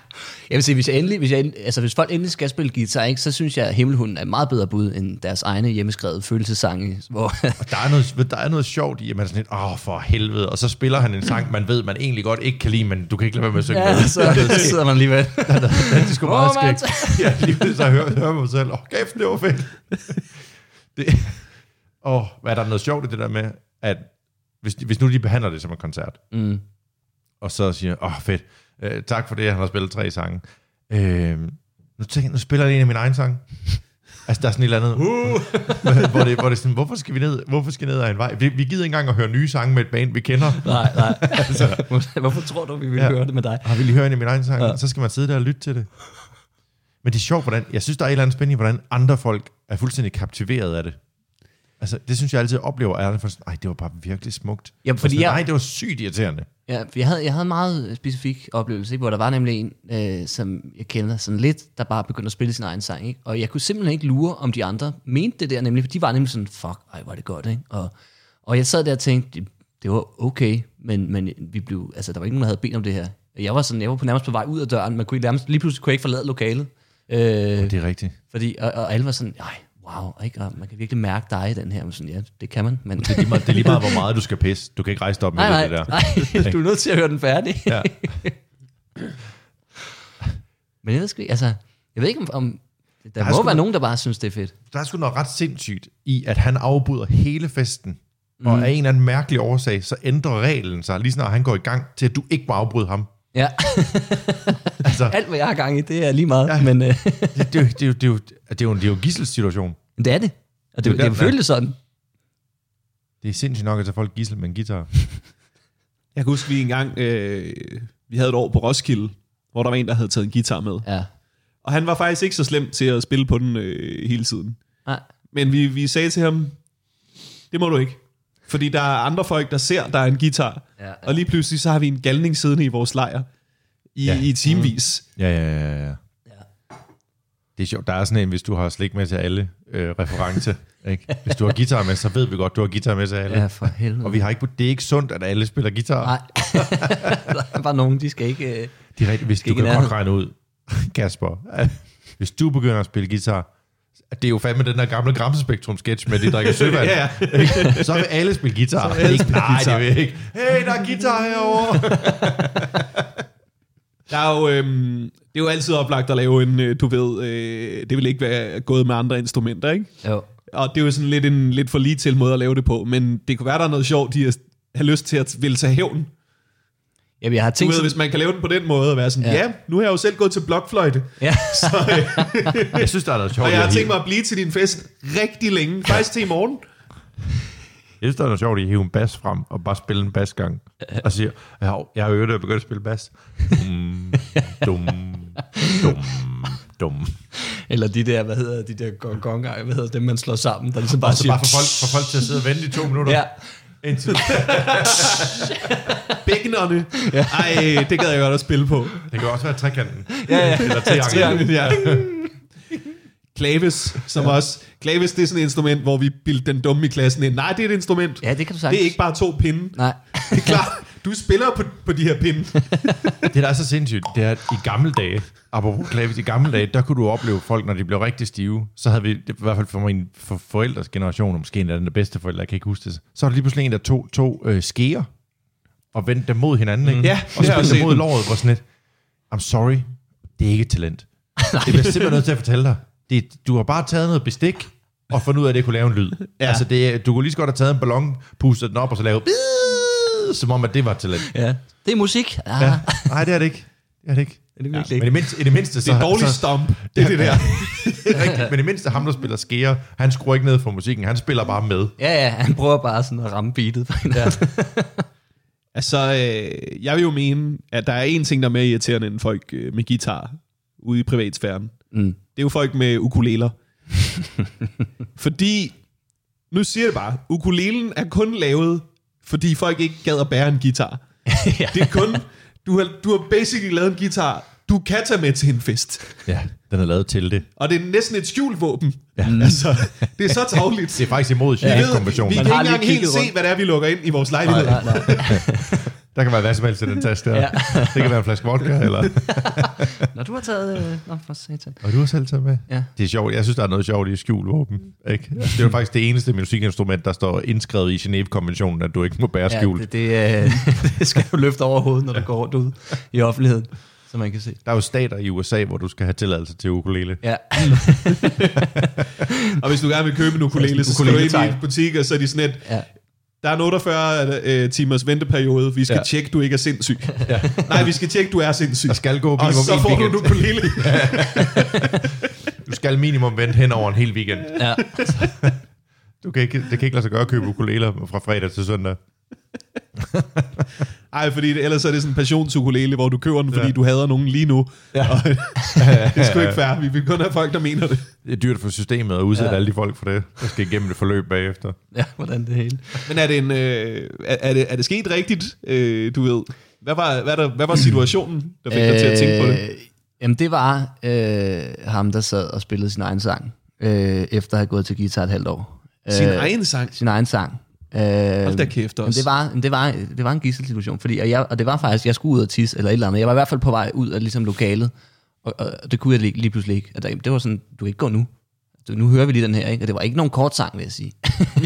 Jeg vil sige, hvis, jeg endelig, hvis, jeg endelig, altså, hvis folk endelig skal spille guitar, ikke, så synes jeg, at Himmelhunden er et meget bedre bud end deres egne hjemmeskrevet følelsessange. Hvor og der er, noget, der er noget sjovt i, at man er sådan lidt, åh, for helvede, og så spiller han en sang, man ved, man egentlig godt ikke kan lide, men du kan ikke lade være med at synge ja, med. så sidder man alligevel. Det er sgu meget skægt. Ja, lige så hører, hører mig selv, åh, kæft, det var fedt. det, åh, hvad er der noget sjovt i det der med, at hvis, hvis nu de behandler det som en koncert, mm. og så siger, åh, fedt, øh, tak for det, han har spillet tre sange. Øh, nu, tænker, nu spiller jeg en af mine egne sange. Altså, der er sådan et eller andet, uh. hvor, det, hvor det er sådan, hvorfor skal vi ned, hvorfor skal vi ned ad en vej? Vi, vi gider ikke engang at høre nye sange med et band, vi kender. Nej, nej. altså, hvorfor tror du, vi vil ja. høre det med dig? Har vi lige hørt en af mine egne sange, ja. så skal man sidde der og lytte til det. Men det er sjovt, hvordan, jeg synes, der er et eller andet spændende, hvordan andre folk er fuldstændig kaptiveret af det. Altså, det synes jeg altid oplever, er det for sådan, ej, det var bare virkelig smukt. Jamen, fordi sådan, jeg, nej, det var sygt irriterende. Ja, jeg havde, jeg havde en meget specifik oplevelse, ikke? Hvor der var nemlig en, øh, som jeg kender sådan lidt, der bare begyndte at spille sin egen sang, ikke? Og jeg kunne simpelthen ikke lure, om de andre mente det der, nemlig, for de var nemlig sådan, fuck, ej, var det godt, ikke? Og, og jeg sad der og tænkte, det, det var okay, men, men vi blev, altså, der var ikke nogen, der havde bedt om det her. Jeg var sådan, jeg var på nærmest på vej ud af døren, man kunne nærmest, lige pludselig kunne jeg ikke forlade lokalet. Øh, det er rigtigt. Fordi, og, og alle var sådan, ej, wow, ikke? Og man kan virkelig mærke dig i den her. Men sådan, ja, det kan man. Men det, er lige meget, det er lige meget, hvor meget du skal pisse. Du kan ikke rejse op med nej, det, det der. Nej, du er nødt til at høre den færdig. Ja. Men jeg ved sgu ikke, altså, jeg ved ikke om, om der, der må være nogen, der bare synes, det er fedt. Der er sgu noget ret sindssygt i, at han afbryder hele festen, mm. og af en eller anden mærkelig årsag, så ændrer reglen sig, lige snart han går i gang, til at du ikke må afbryde ham. Ja. altså, alt, hvad jeg har gang i, det er lige meget. Ja, men, det, det, det, det, det, det, det er jo en, jo en gidselssituation. Det er det. Og det, det, det, det føles sådan. Det er sindssygt nok at tage folk gidsel med en guitar. Jeg kan huske, vi engang, øh, vi havde et år på Roskilde, hvor der var en, der havde taget en guitar med. Ja. Og han var faktisk ikke så slem til at spille på den øh, hele tiden. Nej. Men vi, vi sagde til ham, det må du ikke. Fordi der er andre folk, der ser, der er en guitar. Ja, ja. Og lige pludselig, så har vi en galning siddende i vores lejr. I, ja. i timevis. Mm. Ja, ja, ja, ja, ja. Det er sjovt. Der er sådan en, hvis du har slik med til alle øh, reference. Ikke? Hvis du har guitar med, så ved vi godt, du har guitar med til alle. Ja, for helvede. Og vi har ikke, det er ikke sundt, at alle spiller guitar. Nej. Der er bare nogen, de skal ikke... Øh, de er rigtig, hvis du kan nærmere. Godt regne ud, Kasper, hvis du begynder at spille guitar, det er jo fandme den der gamle Gramsespektrum-sketch med, de drikker søvand. Ja. Så vil alle spille guitar. Alle ikke, spille nej, guitar. Det vil ikke. Hey, der er guitar herovre. Der er jo, øhm, det er jo altid oplagt at lave en, du ved, øh, det vil ikke være gået med andre instrumenter, ikke? Jo. Og det er jo sådan lidt en lidt for lige til måde at lave det på, men det kunne være, der er noget sjovt, de har lyst til at ville tage hævn. Jamen, jeg har tænkt... Du ved, hvis man kan lave den på den måde, og være sådan, ja, ja nu har jeg jo selv gået til blokfløjte. Ja. Så, øh, jeg synes, der er noget sjovt. Og jeg har tænkt mig at blive til din fest rigtig længe, faktisk til i morgen. Jeg synes, der er noget sjovt i at hive en bas frem, og bare spille en basgang, og sige, ja, jeg har øvet, at jeg begyndte at spille bas. Dum, dum, dum, dum. Eller de der, hvad hedder de der gongonger, hvad hedder dem, man slår sammen, der ligesom bare siger... bare for folk, for folk til at sidde og vente i to minutter. Ja. Indtil... Bækkenerne. Ja. Ej, det gad jeg godt at spille på. Det kan også være trekanten. Ja, ja. Eller trianglen. Ja. Klaves, som ja. også... Klaves, det er sådan et instrument, hvor vi bildte den dumme i klassen ind. Nej, det er et instrument. Ja, det kan du sagtens. Det er ikke bare to pinde. Nej. Det er klart, du spiller på, på de her pinde. Det, der er så sindssygt, det er, at i gamle dage, apropos Klaves, i gamle dage, der kunne du opleve folk, når de blev rigtig stive. Så havde vi, i hvert fald for min for forældres generation, og måske en af den bedste forældre, jeg kan ikke huske det, så var der lige pludselig en, der tog to øh, skeer og vendte dem mod hinanden, ikke? Ja, og spillede dem mod låret, hvor sådan et, I'm sorry, det er ikke et talent. Det bliver simpelthen nødt til at fortælle dig. Det, du har bare taget noget bestik, og fundet ud af, at det kunne lave en lyd. Ja. Altså, det, du kunne lige så godt have taget en ballon, pustet den op, og så lave bid, som om, at det var et talent. Ja. Det er musik. Ah. Ja. Nej, det er det ikke. Det er det ikke. Det er det ja. Men i, mindste, i det mindste... Det er dårlig stomp. Det er det der. Det er rigtigt. Men i mindste ham, der spiller skære, han skruer ikke ned for musikken. Han spiller bare med. Ja, ja. Han prøver bare sådan at ramme beatet på en der. Altså, øh, jeg vil jo mene, at der er en ting, der er mere irriterende end folk øh, med guitar ude i privatsfæren. Mm. Det er jo folk med ukuleler. Fordi, nu siger jeg bare, ukulelen er kun lavet, fordi folk ikke gad at bære en guitar. Ja. Det er kun, du har, du har basically lavet en guitar, du kan tage med til en fest. Ja, den er lavet til det. Og det er næsten et skjult våben. Ja. Altså, det er så tavligt. Det er faktisk imod Genève-konventionen. Vi, vi kan ikke engang helt se, hvad det er, vi lukker ind i vores lejlighed. Nej, nej, nej. Der kan være hvad som helst i den taske der. Ja. Det kan være en flaske vodka, eller... Når du har taget... Øh... Nå, for satan. Og du har selv taget med? Ja. Det er sjovt. Jeg synes, der er noget sjovt i skjulvåben. Ikke? Altså, det er jo faktisk det eneste musikinstrument, der står indskrevet i Genève-konventionen, at du ikke må bære skjult. Ja, det, det, øh, det skal jo løfte over hovedet, når du går rundt ud i offentligheden, så man kan se. Der er jo stater i U S A, hvor du skal have tilladelse til ukulele. Ja. Og hvis du gerne vil købe en ukulele, så skal du ind i en butik, og så er de sådan et... Ja. Der er otteogfyrre øh, timers venteperiode. Vi skal ja. tjekke, du ikke er sindssyg. Ja. Nej, vi skal tjekke, du er sindssyg. Der skal gå og så får du en ukulele. Du skal minimum vente hen over en hel weekend. Ja. Du kan ikke, det kan ikke lade sig gøre at købe ukuleler fra fredag til søndag. Ej, fordi det, ellers er det sådan en passionsukulele, hvor du køber den, fordi ja. du hader nogen lige nu. Ja. Og det er sgu ikke fair. Vi vil kun have folk, der mener det. Det er dyrt for systemet at udsætte ja. alle de folk for det. Der skal igennem det forløb bagefter. Ja, hvordan det hele. Men er det, en, øh, er, er det, er det sket rigtigt, øh, du ved? Hvad var, hvad, der, hvad var situationen, der fik øh, dig til at tænke på det? Jamen, det var øh, ham, der sad og spillede sin egen sang, øh, efter at have gået til guitar et halvt år. Sin øh, egen sang? Sin egen sang. Øh, Hold da kæft også. Det var, det, var, det var en gisselsituation, fordi, og, jeg, og det var faktisk, jeg skulle ud og tisse, eller et eller andet. Jeg var i hvert fald på vej ud af ligesom lokalet, og, og det kunne jeg lige, lige pludselig ikke. Og der, det var sådan, du kan ikke gå nu. Nu hører vi lige den her, ikke? Og det var ikke nogen kort sang, vil jeg sige.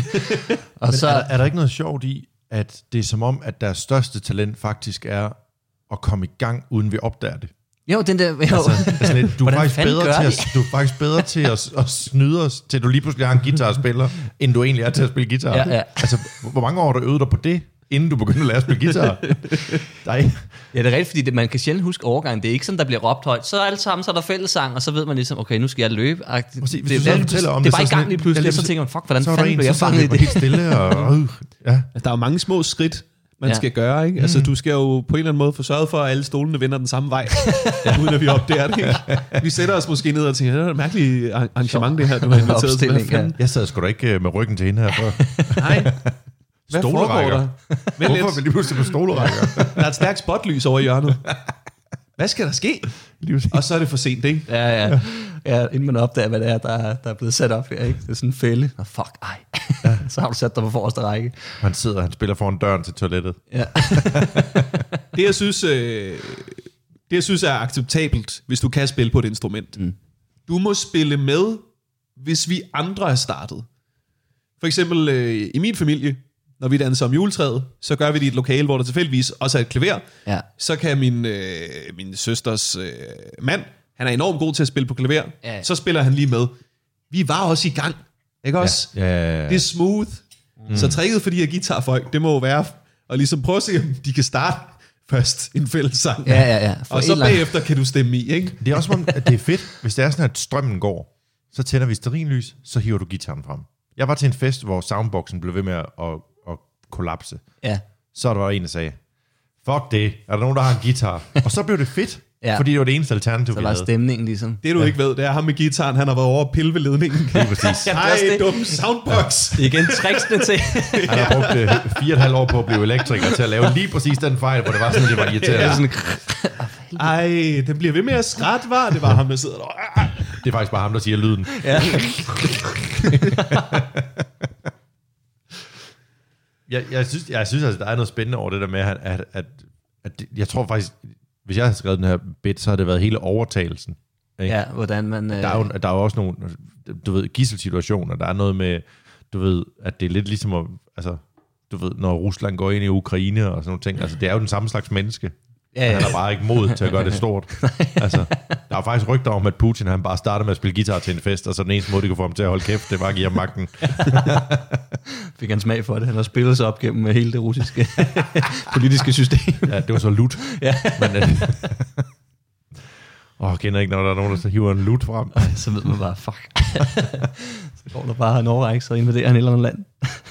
og Men så, er, der, er der ikke noget sjovt i, at det er som om, at deres største talent faktisk er at komme i gang, uden vi opdager det? Jo, den der... Jo. Altså, altså, du, er faktisk bedre til at, du er faktisk bedre til at, at snyde os, til du lige pludselig har en guitar og spiller, end du egentlig er til at spille guitar. Ja, ja. Altså, hvor mange år har du øvet dig på det, inden du begynder at lære at spille guitar? Nej. Ja, det er rigtigt, fordi det, man kan sjældent huske overgangen. Det er ikke sådan, der bliver råbt højt. Så er alt sammen, så er der fællessang, og så ved man ligesom, okay, nu skal jeg løbe. Præcis, det, det, det, det, det er bare i gang lige pludselig, og så tænker man, fuck, hvordan fanden blev jeg fanget i det? Helt stille, og, øh, ja. Altså, der er jo mange små skridt, man ja. skal gøre, ikke? Altså, du skal jo på en eller anden måde få sørget for, at alle stolene vender den samme vej, uden at vi opdager det, ikke? Vi sætter os måske ned og tænker, det er et mærkeligt arrangement, det her, du har inviteret til. Ja. Jeg sad sgu da ikke med ryggen til hende her før. Nej. Hvad foregår der? Hvorfor er vi lige pludselig på stolerækker? Der er et stærkt spotlys over hjørnet. Hvad skal der ske? Og så er det for sent, ikke? Ja, ja. Ja, inden man opdager, hvad det er, der, der er blevet sat op her, ikke? Det er sådan en fælde. Nå, fuck, ej. Ja. Så har du sat dig på forreste række. Han sidder, han spiller foran døren til toilettet. Ja. det, jeg synes, øh, det, jeg synes er acceptabelt, hvis du kan spille på et instrument. Mm. Du må spille med, hvis vi andre er startet. For eksempel øh, i min familie, når vi danser om juletræet, så gør vi det i et lokale, hvor der tilfældigvis også er et klaver. Ja. Så kan min, øh, min søsters øh, mand, han er enormt god til at spille på klaver. Ja. Så spiller han lige med. Vi var også i gang, ikke også? Ja. Ja, ja, ja. Det er smooth. Mm. Så tricket for de her guitarfolk, det må jo være at ligesom prøve at se, om de kan starte først en fællessang. Ja, ja, ja. Og så bagefter kan du stemme i, ikke? Det er også som, at det er fedt, hvis det er sådan, at strømmen går, så tænder vi stearinlys, så hiver du gitaren frem. Jeg var til en fest, hvor soundboxen blev ved med at, at, at kollapse. Ja. Så der var en, der sagde, fuck det, er der nogen, der har en guitar? Og så blev det fedt, ja. Fordi det var det eneste alternativ, så vi havde. Så var stemningen ligesom. Det du ja. ikke ved, det er ham med guitaren, han har været over at pille ved ledningen. Lige præcis. Ej, dum soundbox. Det er igen tricksene til. Han har brugt øh, fire og et halvt år på at blive elektriker til at lave lige præcis den fejl, hvor det var sådan, det var irriterende. Ja. Sådan, ej, den bliver ved med at skrætte, var det var ham, der sidder der. Det er faktisk bare ham, der siger lyden. Ja. jeg, jeg synes, jeg synes altså, der er noget spændende over det der med, at, at, at, at det, jeg tror faktisk, hvis jeg havde skrevet den her bit, så har det været hele overtagelsen. Ikke? Ja, hvordan man... Der er jo, der er jo også nogle, du ved, gisselsituationer. Der er noget med, du ved, at det er lidt ligesom at, altså, du ved, når Rusland går ind i Ukraine og sådan nogle ting. Altså, det er jo den samme slags menneske. Ja, ja. Han har bare ikke mod til at gøre det stort. Altså, der er faktisk rygter om, at Putin han bare startede med at spille guitar til en fest, og så den eneste måde, de kunne få ham til at holde kæft, det var at give ham magten. Fik han smag for det. Han har spillet sig op gennem hele det russiske politiske system. Ja, det var så lut. Ja. Men, øh, åh, kender ikke, når der er nogen, der så hiver en lut frem. Så ved man bare, fuck. Så går der bare en overrække, så invaderer han et eller andet land.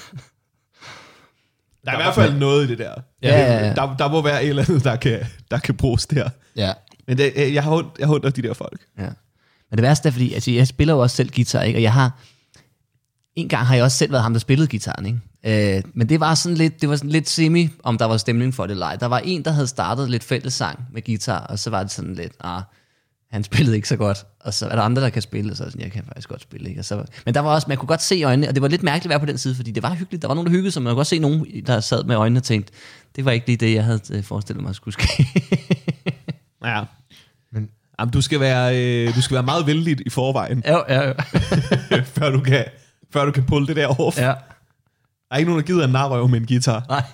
Der er i hvert fald noget i det der. Ja, ja, ja. Der, der må være et eller andet, der kan, der kan bruges der. Ja. Men det, jeg har ondt, jeg har ondt af de der folk. Ja. Men det værste er, fordi altså, jeg spiller jo også selv guitar, ikke? Og jeg har... En gang har jeg også selv været ham, der spillede guitaren, ikke? Øh, men det var sådan lidt, det var sådan lidt semi, om der var stemning for det eller ej. Der var en, der havde startet lidt fællessang med guitar, og så var det sådan lidt... Ah, han spillede ikke så godt, og så er der andre, der kan spille, og så er sådan, jeg kan faktisk godt spille, ikke? Og så, men der var også, man kunne godt se øjnene, og det var lidt mærkeligt at være på den side, fordi det var hyggeligt, der var nogen, der hyggede sig, man kunne godt se nogen, der sad med øjnene og tænkte, det var ikke lige det, jeg havde forestillet mig skulle ske. Ja. Men jamen, du skal være øh, du skal være meget vældig i forvejen. Ja, ja, ja. før du kan før du kan pulle det der off. Ja. Der er ikke nogen, der gider en narrøv med en guitar. Nej.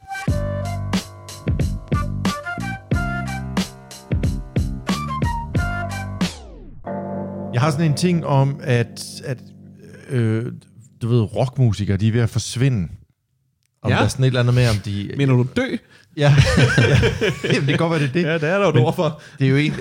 Jeg har sådan en ting om, at, at øh, du ved, rockmusikere, de er ved at forsvinde. Om Ja. der er sådan et eller andet med, om de... Mener du dø? Ja, ja. Jamen, det kan godt være, det er det. Ja, det er der jo et ord for. Det er jo en...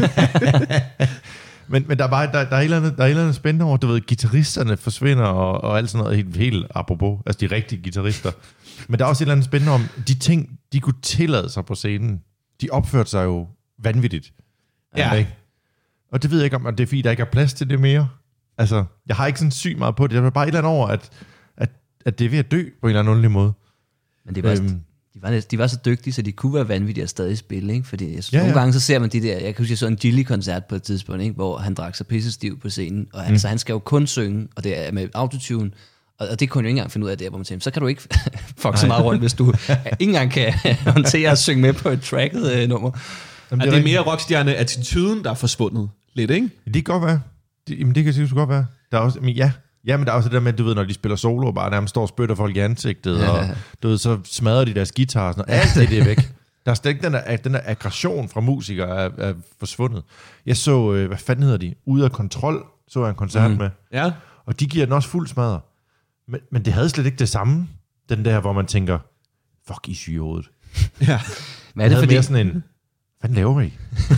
men, men der er bare der, der er et eller andet, der er et eller andet spændende over, du ved, guitaristerne forsvinder og, og alt sådan noget, helt, helt apropos, altså de rigtige guitarister. Men der er også et eller andet spændende om, de ting, de kunne tillade sig på scenen, de opførte sig jo vanvittigt. Ja. Ikke? Og det ved jeg ikke, om det er fordi, der ikke er plads til det mere. Altså, jeg har ikke sådan sygt meget på det. Der er bare et eller andet over, at, at, at det er ved at dø på en eller anden underlig måde. Men det var, Øhm. de, var, de var så dygtige, så de kunne være vanvittige at stadig spille, ikke? Fordi jeg synes, Ja, ja, nogle ja. gange så ser man de der, jeg kan huske, jeg så en Gilly-koncert på et tidspunkt, ikke? Hvor han drak sig pissestiv på scenen, og altså, han skal jo kun synge, og det er med autotune, og, og det kunne han jo ikke engang finde ud af der, hvor man tænker, så kan du ikke fuck så meget rundt, hvis du ikke engang kan håndtere at synge med på et tracket øh, nummer. Jamen, det, er det er mere rockstjerne-attituden, der er forsvundet lidt, ikke? Det kan godt være. Det, jamen, det kan sikkert godt være. Der er også, men ja, ja, men der er også det der med, du ved, når de spiller solo, bare nærmest står og spytter folk i ansigtet, ja. Og du ved, så smadrer de deres guitar og sådan noget. Alt det, det er væk. Der er slet ikke den der, den der aggression fra musikere er, er forsvundet. Jeg så, øh, hvad fanden hedder de? Ude af kontrol, så jeg en koncert mm. med. Ja. Og de giver den også fuld smadre. Men, men det havde slet ikke det samme, den der, hvor man tænker, fuck, I syge i hovedet. Ja. Hvad er det, havde fordi... mere sådan en, hvad laver I?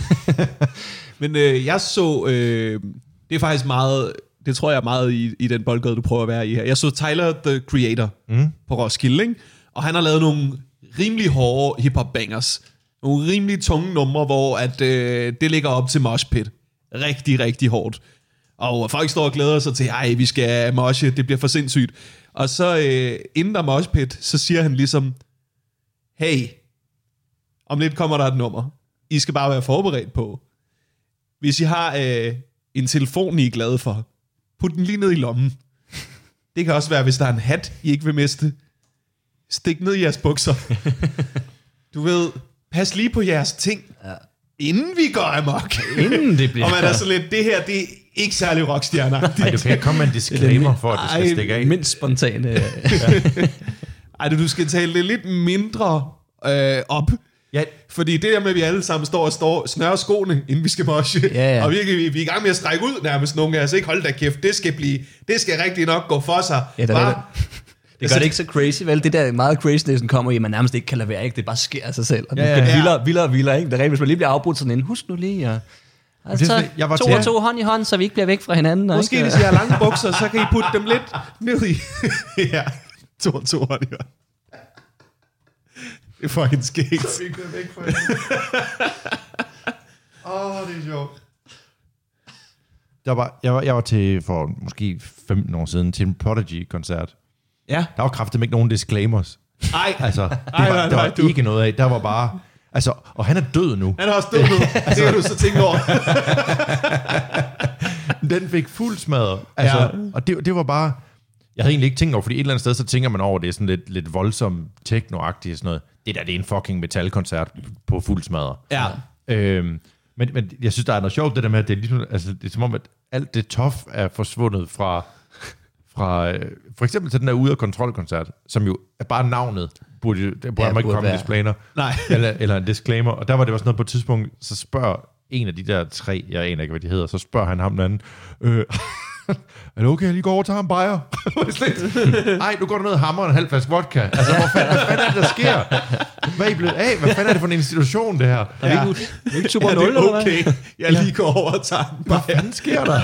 Men øh, jeg så, øh, det er faktisk meget, det tror jeg er meget i, i den boldgade, du prøver at være i her. Jeg så Tyler, the Creator, mm. på Roskilde, ikke? Og han har lavet nogle rimelig hårde hip-hop bangers. Nogle rimelig tunge numre, hvor at, øh, det ligger op til mosh pit. Rigtig, rigtig hårdt. Og folk står og glæder sig til, ej, vi skal moshe, det bliver for sindssygt. Og så øh, inden der mosh pit, så siger han ligesom, hey, om lidt kommer der et nummer. I skal bare være forberedt på. Hvis I har øh, en telefon, I er glade for, put den lige ned i lommen. Det kan også være, hvis der er en hat, I ikke vil miste. Stik ned i jeres bukser. Du ved, pas lige på jeres ting, ja. Inden vi går amok. Inden det bliver... Og man er så lidt, det her, det er ikke særlig rockstjerner. Ej, du kan ikke komme med en disclaimer for, at det skal Ej, stikke af. mindst spontane... Ja. Ej, du skal tale det lidt mindre øh, op. Ja, fordi det der med, at vi alle sammen står og står, snører skoene, inden vi skal moshe, ja, ja. og vi, vi, vi er i gang med at strække ud nærmest nogle af os, ikke? Hold da kæft, det skal blive, det skal rigtig nok gå for sig. Ja, der bare, det gør det ikke så crazy, vel? Det der meget craziness kommer i, at man nærmest ikke kan lade være, ikke? Det bare sker af sig selv. Og ja, ja, det bliver ja. vildere, vildere og vildere, ikke? Det er rent, hvis man lige bliver afbrudt sådan en, husk nu lige, og... Altså, jeg var to til- og to hånd i hånd, så vi ikke bliver væk fra hinanden. og måske ikke, hvis I har lange bukser, så kan I putte dem lidt ned i. Ja, to og to hold i hånd. Det er fucking skægt. Vi kører væk fra hinanden. Åh, oh, det er sjovt. Der var, jeg, var, jeg var til, for måske femten år siden, til en Prodigy-koncert. Ja. Der var kraftedeme ikke nogen disclaimers. Ej, Altså, det Ej, var, nej, der nej, var du. ikke noget af. Der var bare... Altså, og han er død nu. han er også død nu. Det har du så tænkt over. Den fik fuld smadret. Altså, Ja. og det, det var bare... Jeg havde egentlig ikke tænkt over, fordi et eller andet sted, så tænker man over, det er sådan lidt, lidt voldsomt techno-agtigt sådan noget. Det der, det er en fucking metalkoncert på fuld smadret. Ja. Øhm, men, men jeg synes, der er noget sjovt, det der med, at det er, ligesom, altså, det er som om, at alt det tof er forsvundet fra, fra øh, for eksempel til den der ude af kontrolkoncert, som jo er bare navnet, burde, der burde Ja, ja, man ikke burde komme en være. displaner, Nej. eller, eller en disclaimer, og der var det også noget på et tidspunkt, så spørger en af de der tre, jeg aner ikke, hvad de hedder, så spørger han ham den anden, øh, er det okay, jeg lige går over og tager en bajer? Ej, nu går du ned og hammer en halv flaske vodka. Altså, hvor fanden, hvad fanden er det, der sker? Hvad er I blevet af? Hvad fanden er det for en institution, det her? Er vi ikke, er vi ikke super Ja, nul, det er eller hvad? okay. Jeg lige går over og tager en Hvad bajer. fanden sker der?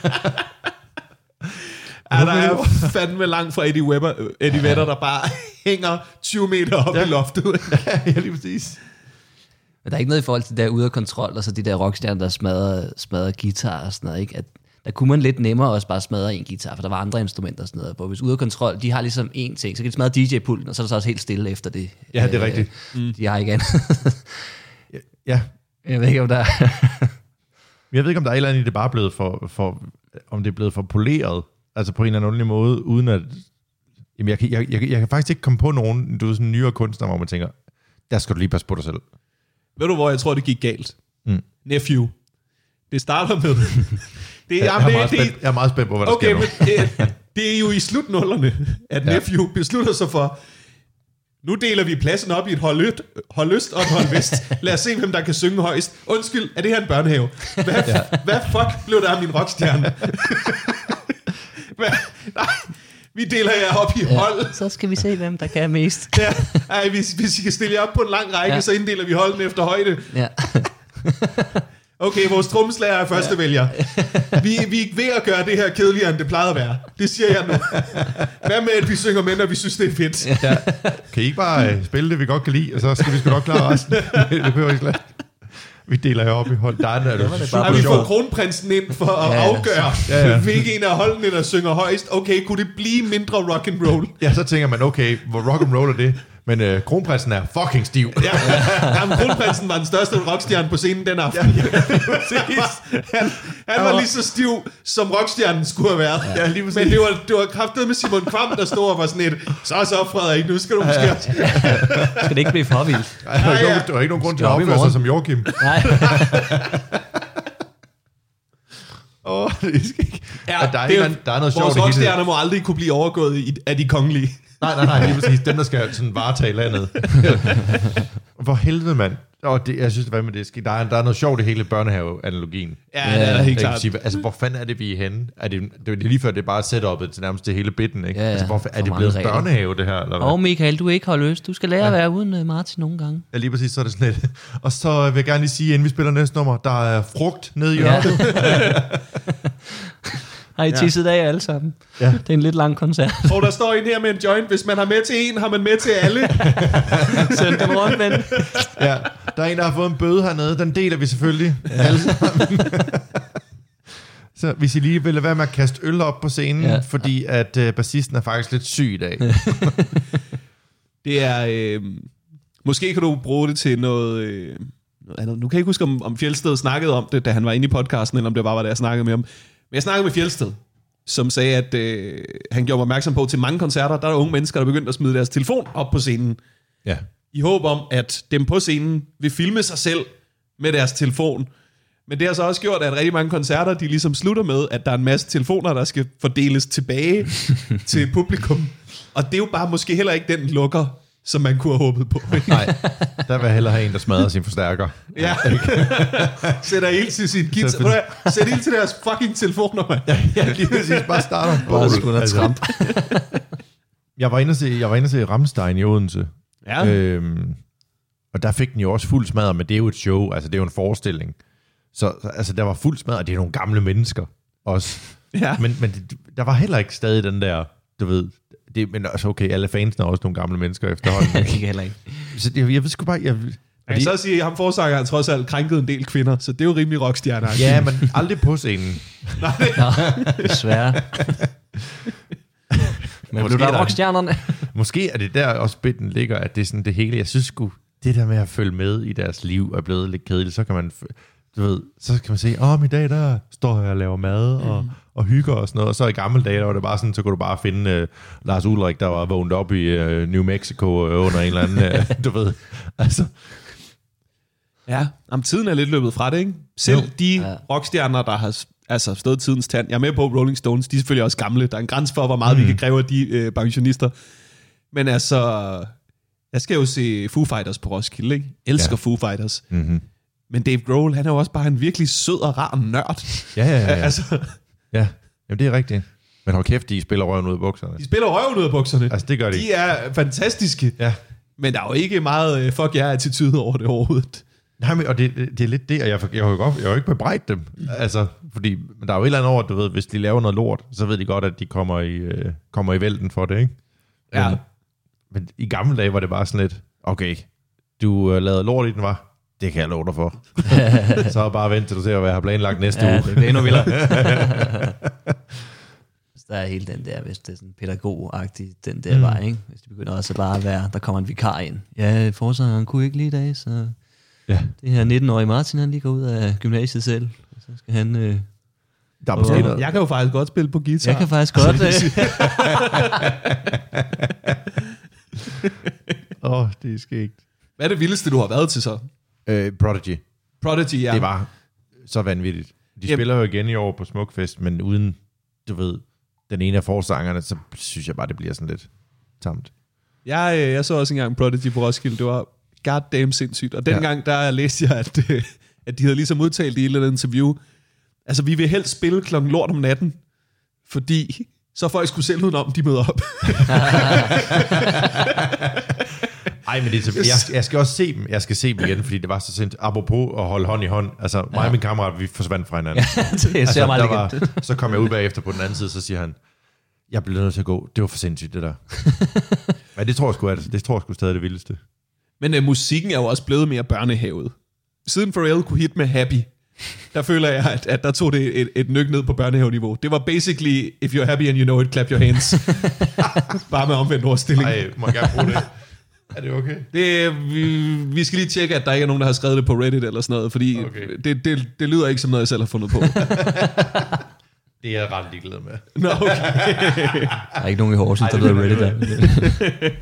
Ja, der er fandme langt fra Eddie Weber, Eddie Vedder, der bare hænger tyve meter op ja. i loftet. Ja, lige præcis. Men der er ikke noget i forhold til det der ude af kontrol, og så de der rockstjerner, der smadrer, smadrer guitar og sådan noget, ikke? At der kunne man lidt nemmere også bare smadre en guitar, for der var andre instrumenter og sådan noget. Hvor hvis ude af kontrol, de har ligesom én ting, så kan de smadre D J-pulten, og så er der så også helt stille efter det. Ja, det er rigtigt. Mm. De har ikke andet. Ja. Jeg ved ikke, om der er... Jeg ved ikke, om der er et eller andet i det bare er blevet for, for, om det er blevet for poleret, altså på en eller anden underlig måde, uden at, jamen jeg, jeg, jeg, jeg kan faktisk ikke komme på nogen, du ved, sådan nyere kunstner, hvor man tænker, der skal du lige passe på dig selv. Ved du, hvor jeg tror, det gik galt? Mm. Nephew. Det starter med... det, jeg, jamen, jeg, er det, spændt, jeg er meget spændt på, hvad der okay, sker nu. Men, det, det er jo i slutnullerne, at ja. Nephew beslutter sig for, nu deler vi pladsen op i et hold, øst, hold øst og et hold vest. Lad os se, hvem der kan synge højst. Undskyld, er det her en børnehave? Hvad, ja. hvad fuck blev der af min rockstjerne? hvad, nej, vi deler jer op i hold. Ja, så skal vi se, hvem der kan mest. ja, ej, hvis, hvis I kan stille jer op på en lang række, ja. så inddeler vi holdene efter højde. Ja. Okay, vores trommeslager er første vælger. Vi, vi er ved at gøre det her kedeligere, end det plejede at være. Det siger jeg nu. Hvad med, at vi synger med, når vi synes, det er fedt? Ja. Kan I ikke bare uh, spille det, vi godt kan lide, og så skal vi sgu nok klare resten? det behøver ikke slet. Vi deler jer op i hold. Der er, der, der, det bare har vi fået kronprinsen ind for at ja, ja. afgøre, ja, ja. hvilken en af holdene, der synger højst. Okay, kunne det blive mindre rock and roll? Ja, så tænker man, okay, hvor rock and roll er det? Men øh, kronprinsen er fucking stiv. Ja, jamen, kronprinsen var den største rockstjerne på scenen den aften. Ja, ja, han, han var lige så stiv, som rockstjernen skulle have været. Ja, lige men det var, det var kraftet med Simon Kvam, der stod og var sådan et, så så, Frederik, nu skal du måske... Ja, ja. Skal det ikke blive for vildt? Ja, der, ja, ja. Der var ikke nogen grund til at opføre sig som Joachim. Nej. Åh, oh, det skal ikke... Ja, der, er det, en, der er noget sjovt. Vores rockstjerner må aldrig kunne blive overgået af de kongelige. Nej, nej, nej, lige præcis. Dem, der skal sådan varetage landet. For helvede, mand. Oh, det, jeg synes, hvad med det skal. Der er, der er noget sjovt i hele børnehave-analogien. Ja, ja, det er helt klart. Sige, altså, hvor fanden er det, vi er henne? Er det, det er lige før, det er bare setupet til nærmest det hele bitten, ikke? Ja, ja. Altså, hvorfor, er det blevet regler. Børnehave, det her? Eller hvad? Og Michael, du er ikke holdt løs. Du skal lære ja. at være uden uh, Martin nogle gange. Ja, lige præcis, så er det sådan lidt. Og så vil jeg gerne lige sige, inden vi spiller næste nummer, der er frugt nede i hjørnet. Ja. Har I tisset af alle sammen? Ja. Det er en lidt lang koncert. Og der står en her med en joint. Hvis man har med til en, har man med til alle. Send dem rundt, men. Ja, der er en, der har fået en bøde hernede. Den deler vi selvfølgelig. Ja. Alle sammen. Så hvis I lige vil lade være med at kaste øl op på scenen, ja. fordi at uh, bassisten er faktisk lidt syg i dag. Det er... Øh, måske kan du bruge det til noget... Øh, noget andet. Nu kan jeg ikke huske, om, om Fjeldsted snakkede om det, da han var inde i podcasten, eller om det bare var, da jeg snakkede med ham. Men jeg snakkede med Fjeldsted, som sagde, at øh, han gjorde mig opmærksom på, til mange koncerter, der er der unge mennesker, der begyndte at smide deres telefon op på scenen. Ja. I håb om, at dem på scenen vil filme sig selv med deres telefon. Men det har så også gjort, at rigtig mange koncerter, de ligesom slutter med, at der er en masse telefoner, der skal fordeles tilbage til publikum. Og det er jo bare måske heller ikke den lukker, som man kunne have håbet på. Nej, der vil jeg hellere have en, der smadrer sin forstærker. Ja. Sætter ild til sin guitar. Sæt ild til deres fucking telefoner, mand. Ja, ja, lige præcis. Bare starter. Bare sgu da tramp. Jeg var inde og se, jeg var inde og se Rammstein i Odense. Ja. Øhm, og der fik den jo også fuld smadret, men det er jo et show, altså det er jo en forestilling. Så altså, der var fuld smadret, og det er nogle gamle mennesker også. Ja. Men, men det, der var heller ikke stadig den der, du ved... Det, men altså okay, alle fansene er også nogle gamle mennesker efterhånden. Det kan heller ikke. Så jeg, jeg ved sgu bare... Jeg, jeg kan så sige, at ham forsanger har trods alt krænket en del kvinder, så det er jo rimelig rockstjerner. Ja, men aldrig på scenen. Nej. Nå, desværre. Men du der rockstjernerne? Måske er det der også bitten ligger, at det er sådan det hele. Jeg synes sgu, det der med at følge med i deres liv er blevet lidt kedeligt. Så kan man... Du ved, så kan man se, åh, oh, i dag der står jeg og laver mad og, mm. og hygger og sådan noget. Og så i gamle dage, der var det bare sådan, så kunne du bare finde uh, Lars Ulrik, der var vågnet op i uh, New Mexico uh, under en eller anden, uh, du ved. Altså. Ja, om tiden er lidt løbet fra det, ikke? Selv jo. De ja. rockstjerner, der har altså, stået tidens tand. Jeg er med på Rolling Stones, de er selvfølgelig også gamle. Der er en grænse for, hvor meget mm. vi kan kræve af de uh, pensionister. Men altså, jeg skal jo se Foo Fighters på Roskilde, ikke? Elsker ja. Foo Fighters. Mm-hmm. Men Dave Grohl, han er jo også bare en virkelig sød og rar nørd. Ja, ja, ja. ja. altså. Ja, jamen det er rigtigt. Men hold kæft, de spiller røven ud af bukserne. De spiller røven ud af bukserne. Altså det gør de. De er fantastiske. Ja. Men der er jo ikke meget uh, fuck jer-attitude over det overhovedet. Nej, men og det, det er lidt det, og jeg, jeg har jo godt, jeg har jo ikke bebrejdt dem. Altså, fordi men der er jo et eller andet over, du ved, hvis de laver noget lort, så ved de godt, at de kommer i, øh, kommer i vælten for det, ikke? Ja. Men, men i gamle dage var det bare sådan lidt, okay, du øh, lavede lort i den, var? Det kan jeg love dig for. Så bare vent til du ser, hvad jeg har planlagt næste ja, uge. Det er endnu vildere. Der er hele den der, hvis det er sådan pædagog-agtig, den der mm. vej, ikke? Hvis det begynder også bare at være, der kommer en vikar ind. Ja, forsangeren kunne ikke lige i dag, så ja. Det her nitten-årige Martin, han lige går ud af gymnasiet selv. Så skal han... Øh, Der er måske Åh. noget. Jeg kan jo faktisk godt spille på guitar. jeg kan faktisk godt... Øh, Åh, oh, det er skægt. Hvad er det vildeste, du har været til så? Øh, Prodigy. Prodigy, ja. Det var så vanvittigt. De Jamen. spiller jo igen i år på Smukfest, men uden, du ved, den ene af forsangerne, så synes jeg bare, det bliver sådan lidt tamt. Jeg, øh, jeg så også engang Prodigy på Roskilde. Det var goddamn sindssygt. Og dengang, der læste jeg, at, øh, at de havde ligesom udtalt i et eller andet interview, altså, vi vil helst spille klokken lort om natten, fordi så folk skulle selv udenom, de møder op. Ej, men det er, så- jeg, jeg skal også se dem. Jeg skal se dem igen, fordi det var så sindssygt. Apropos at holde hånd i hånd. Altså, mig ja. og min kammerat, vi forsvandt fra hinanden. det ser altså, meget der legend. var, så kom jeg ud bagefter på den anden side, så siger han, jeg blev nødt til at gå. Det var for sindssygt, det der. Men det tror jeg sgu, at det tror jeg sgu stadig det vildeste. Men øh, musikken er jo også blevet mere børnehavet. Siden Pharrell kunne hit med Happy, der føler jeg, at, at der tog det et, et nyk ned på børnehaveniveau. Det var basically, if you're happy and you know it, clap your hands. Bare med omvendt ordstilling. Ej, må jeg gerne bruge det? Er det okay? Det, vi, vi skal lige tjekke, at der ikke er nogen, der har skrevet det på Reddit eller sådan noget, fordi Okay. det, det, det lyder ikke som noget, jeg selv har fundet på. Det er jeg ret ligeglad med. Nå, okay. Der er ikke nogen i Horsens, der Ej, det ved ved Reddit. jeg Der.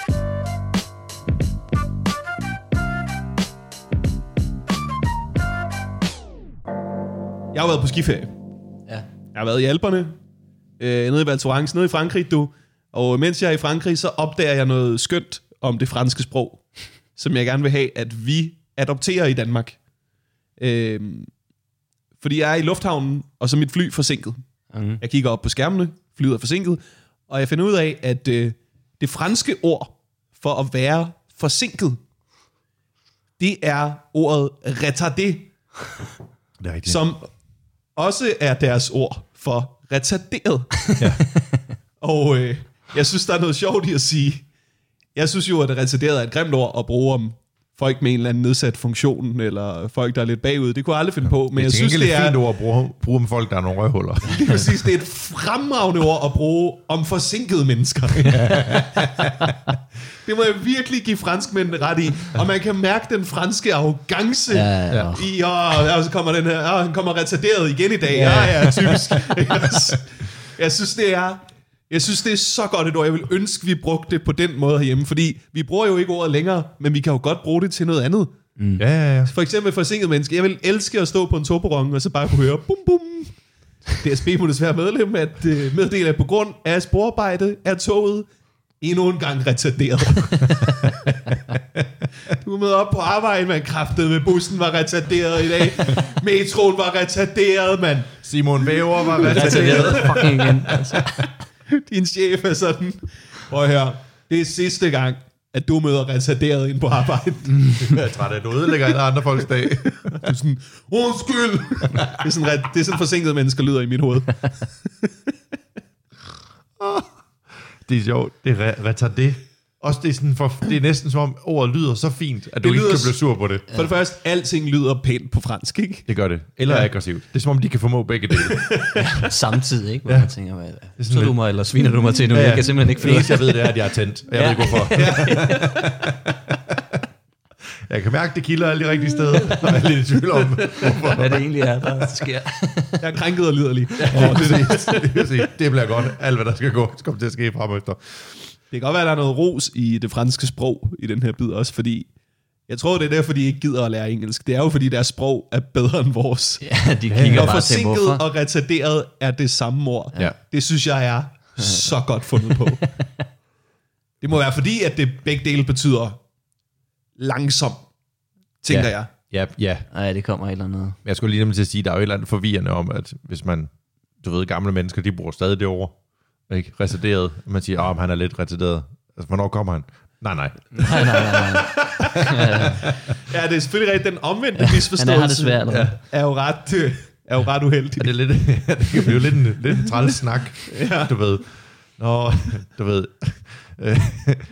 Jeg har været på skiferie. Ja. Jeg har været i Alperne, øh, nede i Val Thorens, nede i Frankrig, du. Og mens jeg er i Frankrig, så opdager jeg noget skønt om det franske sprog, som jeg gerne vil have, at vi adopterer i Danmark. Øh, fordi jeg er i lufthavnen, og så er mit fly forsinket. Mm. Jeg kigger op på skærmene, flyet er forsinket, og jeg finder ud af, at øh, det franske ord for at være forsinket, det er ordet retardé, Det er rigtigt. som også er deres ord for retarderet. Ja. Og øh, jeg synes, der er noget sjovt i at sige, jeg synes jo, at retarderet er et grimt ord at bruge om folk med en eller anden nedsat funktion, eller folk, der er lidt bagud. Det kunne jeg aldrig finde på, men jeg, jeg synes, det er... et fint ord at bruge, bruge om folk, der er nogle røvhuller. Det er præcis, det er et fremragende ord at bruge om forsinkede mennesker. Det må jeg virkelig give franskmændene ret i. Og man kan mærke den franske arrogance Ja, ja. i, åh, og så kommer den her, åh, han kommer retarderet igen i dag. Ja, ja, typisk. Jeg synes, det er... Jeg synes, det er så godt et ord. Jeg vil ønske, vi brugte det på den måde herhjemme, fordi vi bruger jo ikke ordet længere, men vi kan jo godt bruge det til noget andet. Mm. Ja, ja, ja. For eksempel forsinket menneske. Jeg vil elske at stå på en togperron, og så bare kunne høre bum bum. D S B må desværre medlem at uh, meddele, at på grund af sporarbejde er toget endnu en gang retarderet. Du er med op på arbejde, man kraftede med bussen var retarderet i dag. Metroen var retarderet, mand. Simon Væver var retarderet. Retarderet fucking igen. Altså. Din chef er sådan, prøv her, det er sidste gang, at du møder retarderet ind på arbejde. Jeg er træt af, at du ødelægger alle andre folks dag. Du er sådan, undskyld. Det er sådan, ret- det er sådan forsinket mennesker lyder i mit hoved. Det er sjovt. Det er re- retardé. Også det er, sådan for, det er næsten som om ordet lyder så fint, at du Det ikke lyder kan s- blive sur på det. For det første, alting lyder pænt på fransk, ikke? Det gør det. Eller Ja. aggressivt. Det er som om, de kan formå begge dele. Samtidig, ikke? Hvor Ja. man tænker, hvad, sådan så du lidt- mig, eller sviner du mig til nu? Ja, ja. Jeg kan simpelthen ikke Det finde ud eneste, af jeg ved, det er, at jeg er tændt. Og jeg Ja. ved ikke, hvorfor. Jeg kan mærke, det kilder alle de rigtige steder. Og jeg er lidt i tvivl om, hvorfor. hvad det egentlig er, der sker. Jeg er krænket og liderlig. Ja, det, det, det, det, det bliver godt. Alt, hvad der skal gå, skal komme til at ske frem efter. Det kan godt være, at der er noget ros i det franske sprog i den her bid også, fordi jeg tror, det er derfor, de ikke gider at lære engelsk. Det er jo, fordi deres sprog er bedre end vores. Ja, de kigger Og bare til, forsinket hvorfor. og retarderet er det samme ord. Ja. Det synes jeg er så godt fundet på. Det må være fordi, at det begge dele betyder langsom, tænker Ja. jeg. Ja, ja. Nej, det kommer et eller andet. Jeg skulle lige nemlig til at sige, at der er jo et eller andet forvirrende om, at hvis man, du ved, gamle mennesker, de bruger stadig det ord. Ikke? Retarderet. Man siger, at han er lidt retarderet. Altså, hvornår kommer han? Nej, nej. Nej, nej, nej. nej. Ja, det er selvfølgelig rigtigt. Den omvendte misforståelse Han har det svært, eller hvad? er jo ret, øh, er jo ret uheldig. Er det, lidt, det kan blive lidt en, lidt en træls snak, ja. Du ved. Nå, du ved. Øh,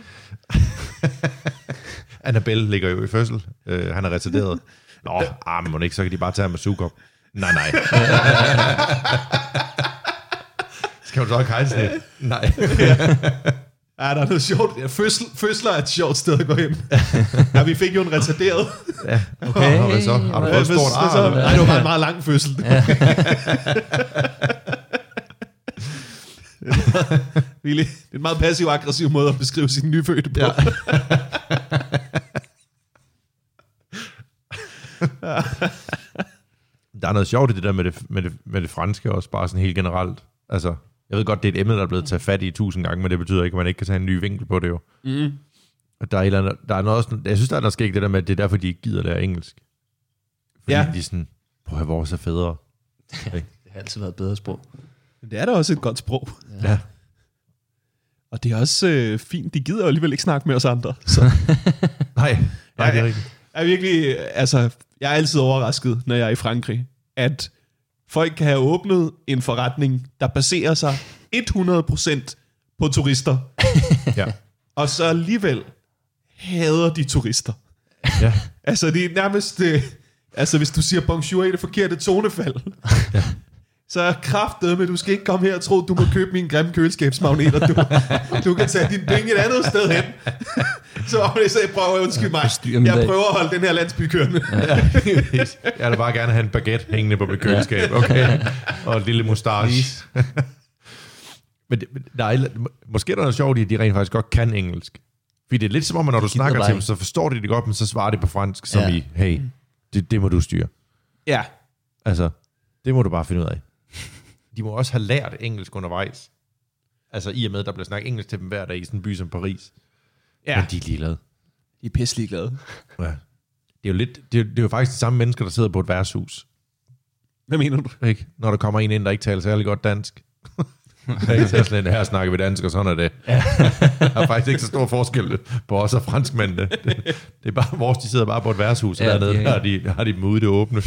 Annabelle ligger jo i fødsel. Øh, han er retarderet. Nå, ah, men må ikke, så kan de bare tage ham med sugop. Nej, nej. Skal du så have kejlsnit? Nej. Ja, der er noget sjovt. Ja, fødsel, fødsler er et sjovt sted at gå hen. Ja, vi fik jo en retarderet. Ja, okay. Og hvad så? Har du fået et stort ar? Nej, det var bare en meget lang fødsel. Ja. Det er en meget passiv-aggressiv måde at beskrive sin nyfødte på. Ja. Der er noget sjovt i det der med det, med, det, med det franske også, bare sådan helt generelt. Altså, jeg ved godt, det er et emne, der er blevet taget fat i tusind gange, men det betyder ikke, at man ikke kan tage en ny vinkel på det jo. Mm. Og der er, et eller andet, der er noget også, jeg synes, der er noget skægt det der med, at det er derfor, de ikke gider lære engelsk. Fordi ja. de er sådan, prøv at vores er federe. Ja, det har altid været et bedre sprog. Men det er da også et godt sprog. Ja. ja. Og det er også øh, fint, de gider alligevel ikke snakke med os andre. Så. Nej, nej, det er rigtigt. Jeg er virkelig, altså, jeg er altid overrasket, når jeg er i Frankrig, at folk kan have åbnet en forretning, der baserer sig hundrede procent på turister. Ja. Og så alligevel hader de turister. Ja. Altså, det er nærmest, øh, altså, hvis du siger bonjour i det forkerte tonefald, ja. så er kraftet med, du skal ikke komme her og tro, du må købe mine grimme køleskabsmagneter. Du, du kan tage dine penge et andet sted hen. Så om det så jeg prøver, undskyld mig, jeg prøver at holde den her landsby kørende. Ja. Jeg vil bare gerne have en baguette hængende på mit køleskab, okay? Og en lille mustache. Men det, der er, måske er der noget sjovt i, at de rent faktisk godt kan engelsk. Fordi det er lidt som om, når du snakker til dem, så forstår de det godt, men så svarer de på fransk, som ja. i, hey, det, det må du styre. Ja. Altså, det må du bare finde ud af. De må også have lært engelsk undervejs. Altså i og med, der bliver snakket engelsk til dem hver dag i sådan en by som Paris. Ja. Men de er ligeglade. De er pisselig glade. Ja. Det er jo lidt, det er, det er jo faktisk de samme mennesker, der sidder på et værtshus. Hvad mener du? Ikke? Når der kommer en ind, der ikke taler særlig godt dansk. Ikke? Så sådan, her snakker vi dansk, og sådan er det. Ja. Der er faktisk ikke så stor forskel på os og franskmændene. Det, det er bare vores, de sidder bare på et værtshus, og ja, dernede der har de, der har de dem ude det åbne.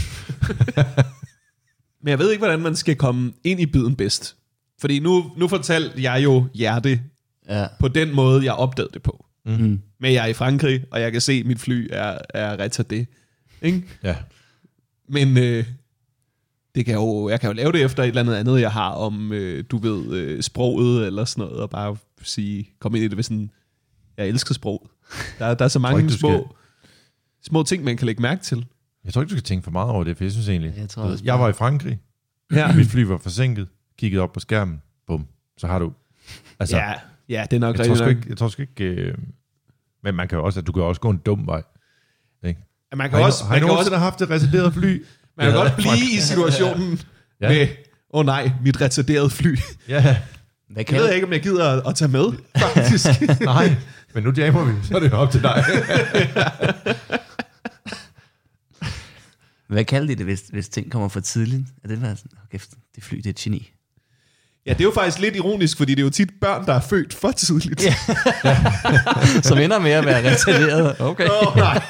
Men jeg ved ikke, hvordan man skal komme ind i biden bedst. Fordi nu, nu fortalte jeg jo hjerte ja. på den måde, jeg opdagede det på. Mm-hmm. Men jeg er i Frankrig, og jeg kan se, at mit fly er, er retarderet. Ikke? Ja. Men øh, det kan jo, jeg kan jo lave det efter et eller andet andet, jeg har om, øh, du ved, øh, sproget eller sådan noget, og bare sige, kom ind i det ved sådan, jeg elsker sproget. Der, der er så mange ikke, små, skal... små ting, man kan lægge mærke til. Jeg tror ikke, du skal tænke for meget over det, for jeg synes egentlig, jeg, tror også, jeg var i Frankrig, ja. Mit fly var forsinket, kiggede op på skærmen, bum, så har du, altså, ja, ja det er nok jeg rigtig tror nok. Ikke, jeg tror sgu ikke, øh, men man kan jo også, at du kan også gå en dum vej. Ikke? Ja, man kan har også, I, har I nogensinde også, haft et retarderet fly? Man kan ja. godt blive i situationen ja. med, åh oh nej, mit retarderede fly. Ja. Hvad kan jeg ved ikke, om jeg gider at, at tage med, faktisk. Nej, men nu jammer vi, så er det jo op til dig. Hvad kalder de det, hvis, hvis ting kommer for tidligt? Er det bare sådan, okay, det fly, det er et geni? Ja, det er jo faktisk lidt ironisk, fordi det er jo tit børn, der er født for tidligt. Ja. Som ender med at være retarderet. Okay. Åh, oh, nej.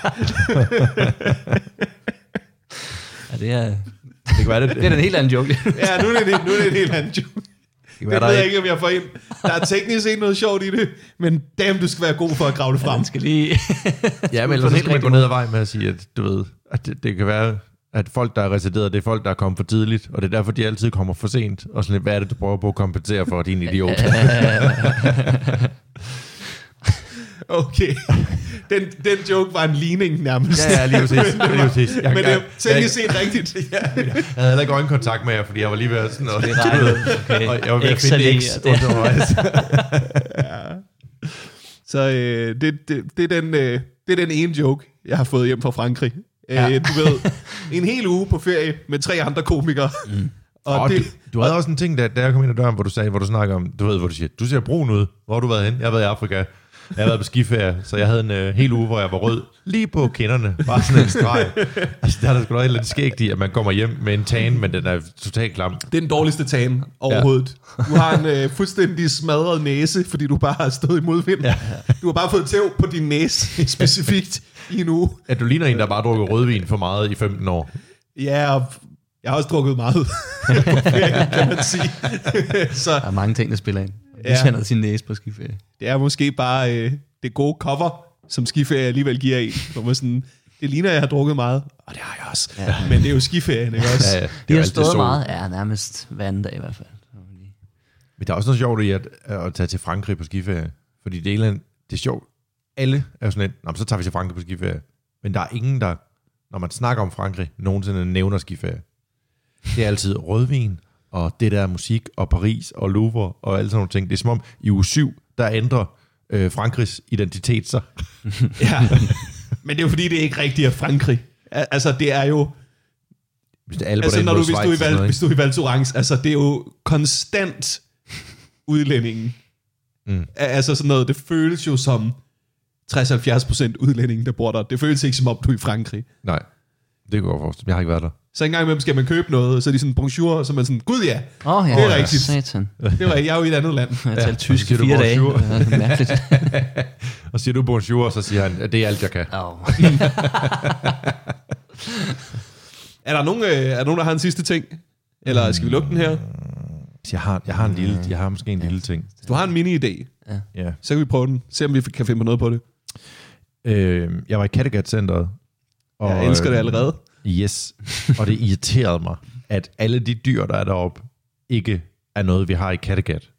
Ja, det er... Det, kan være, det, det er en helt anden joke. Ja, nu er det, nu er det en helt anden joke. Det, det ved jeg ikke, om jeg får ind. Der er teknisk set noget sjovt i det, men damn, du skal være god for at grave det frem. Ja, skal lige... ja, men ellers skal man gå ned ad vej med at sige, at du ved, at det, det kan være, at folk, der er retarderet, det er folk, der er kommet for tidligt, og det er derfor, de altid kommer for sent. Og sådan lidt, hvad er det, du prøver på at kompensere for, din idiot? Okay. Den, den joke var en ligning nærmest. Ja, ja, lige præcis. Lige præcis. Men det er teknisk set rigtigt. Ja. Jeg havde heller ikke øjenkontakt med jer, fordi jeg var lige ved at sådan noget. Det er okay. Og jeg var ved at finde X undervejs. Ja. Så øh, det, det, det, er den, øh, det er den ene joke, jeg har fået hjem fra Frankrig. Ja. Øh, du ved, en hel uge på ferie med tre andre komikere. Mm. Og oh, det, du, du havde også en ting, da, da jeg kom ind ad døren, hvor du sagde, hvor du snakker om, du ved, hvor du siger, du ser brun ud. Hvor har du været hen? Jeg har været i Afrika. Jeg har været på skiferie, så jeg havde en uh, hel uge, hvor jeg var rød. Lige på kinderne. Bare sådan en streg. Altså, der er der sgu da et eller andet skægt i, at man kommer hjem med en tan, men den er totalt klam. Det er den dårligste tan overhovedet. Ja. Du har en uh, fuldstændig smadret næse, fordi du bare har stået i modvind. Ja. Du har bare fået tæv på din næse, specifikt i en uge. Ja, du ligner en, der bare drukket rødvin for meget i femten år. Ja, og jeg har også drukket meget på ferie, kan man sige. Så, der er mange ting, der spiller ind. Du ja. sender sin næse på skiferie. Det er måske bare øh, det gode cover, som skiferie alligevel giver en. Hvor man sådan, det ligner, at jeg har drukket meget. Og det har jeg også. Ja. Men det er jo skiferien, ikke også? Ja, ja. Det har stået meget. Ja, nærmest hver anden dag i hvert fald. Men der er også noget sjovt i at, at tage til Frankrig på skiferie. Fordi det er, det er sjovt. Alle er jo sådan lidt, så tager vi til Frankrig på skiferie. Men der er ingen, der, når man snakker om Frankrig, nogensinde nævner skiferie. Det er altid rødvin, og det der musik, og Paris, og Louvre, og alle sådan nogle ting. Det er som om, i uge syv, der ændrer øh, Frankrigs identitet sig. Ja, men det er jo fordi, det ikke rigtigt er Frankrig. Altså, det er jo... Hvis det er alle altså, når du, hvis, du i Val, noget, hvis du er i Val Thorens, altså, det er jo konstant udlændingen. Mm. Altså, sådan noget, det føles jo som tres til halvfjerds procent udlændingen, der bor der. Det føles ikke som om, du er i Frankrig. Nej, det kan jeg godt forstille. Jeg har ikke været der. Så en gang imellem skal man købe noget, så er de sådan bonjour, og så er man sådan, gud ja, oh, ja. det er rigtigt. Satan. Det var jeg er jo i et andet land. Jeg har talt tysk i fire dage. Mærkeligt. Og siger du bonjour, og så siger han, at det er alt, jeg kan. Oh. Er der nogen, øh, er der nogen, der har en sidste ting? Eller skal vi lukke den her? Jeg har, jeg har en lille, jeg har måske en lille ting. Hvis du har en mini-idé, ja. Ja. så kan vi prøve den. Se om vi kan finde på noget på det. Øh, jeg var i Kattegat-centeret. Og, jeg elsker det allerede. Yes, og det irriterede mig, at alle de dyr, der er deroppe, ikke er noget, vi har i Kattegat.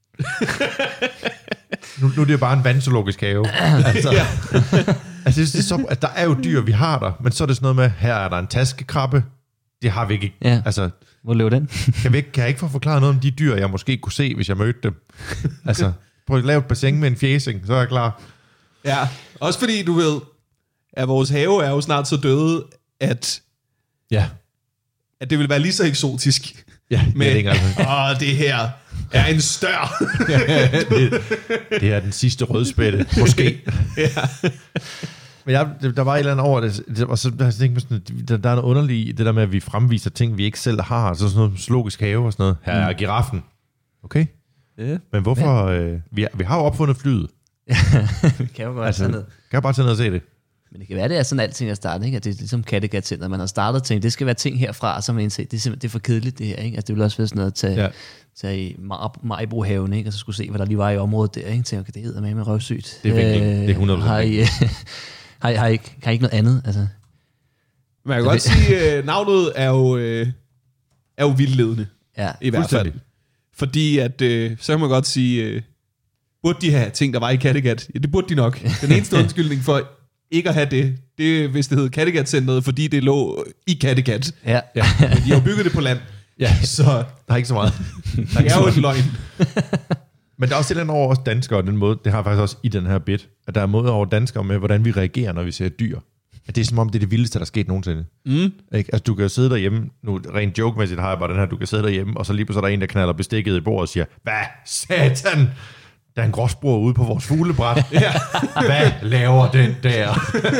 nu, nu er det jo bare en vandzoologisk have. Altså, ja. altså det er så, at der er jo dyr, vi har der, men så er det sådan noget med, her er der en taskekrabbe. Det har vi ikke. Ja. Altså, hvor lever den? kan, vi ikke, kan jeg ikke få forklaret noget om de dyr, jeg måske kunne se, hvis jeg mødte dem? Altså, prøv at lave et bassin med en fjæsing, så er jeg klar. Ja, også fordi du ved, at vores have er jo snart så døde, at, ja. at det vil være lige så eksotisk. Ja, med, det er det åh, det her er en stør. det, det er den sidste rødspætte, måske. Ja. Men jeg, der var et eller andet over det, det og så jeg tænkte sådan, der, der er noget underligt i det der med, at vi fremviser ting, vi ikke selv har, så sådan noget zoologisk have og sådan noget. Her er giraffen. Okay? Ja. Men hvorfor? Øh, vi, vi har jo opfundet flyet. Vi kan jo godt altså, tage ned. Kan jeg bare tage ned og se det? Men det kan være, det er sådan alting at starte, ikke? At det er ligesom Kattegat-center, man har startet ting. Det skal være ting herfra, som man indser, det er simpelthen det er for kedeligt det her, ikke? Altså det vil også være sådan noget at tage, ja. tage i Mar- Majbrohaven, ikke? Og så skulle se, hvad der lige var i området der, ikke? Tænker, det hedder med med røvsygt. Det er virkelig, øh, det er hundrede procent. Har I, har, I, har, I, har I ikke noget andet? Altså? Man kan godt sige, at navnet er jo, øh, er jo vildledende. Ja, i hvert fald. Fordi at, øh, så kan man godt sige, øh, burde de have ting, der var i Kattegat? Ja, det burde de nok. Den eneste undskyldning for ikke at have det, det er, hvis det hedder Kattegat-centret, fordi det lå i Kattegat. Ja. Ja. Men de har jo bygget det på land. Ja, så der er ikke så meget. Det er jo et løgn. Men der er også et eller andet over os danskere, den måde, det har faktisk også i den her bit, at der er måde over danskere med, hvordan vi reagerer, når vi ser dyr. At det er som om, det er det vildeste, der er sket nogensinde. Mm. Ikke? Altså, du kan jo sidde derhjemme, nu rent joke-mæssigt har jeg bare den her, du kan sidde derhjemme, og så lige pludselig er der en, der knalder bestikket i bordet og siger, hvad satan? Der er en gråsbror ude på vores fuglebræt. Ja. Hvad laver den der?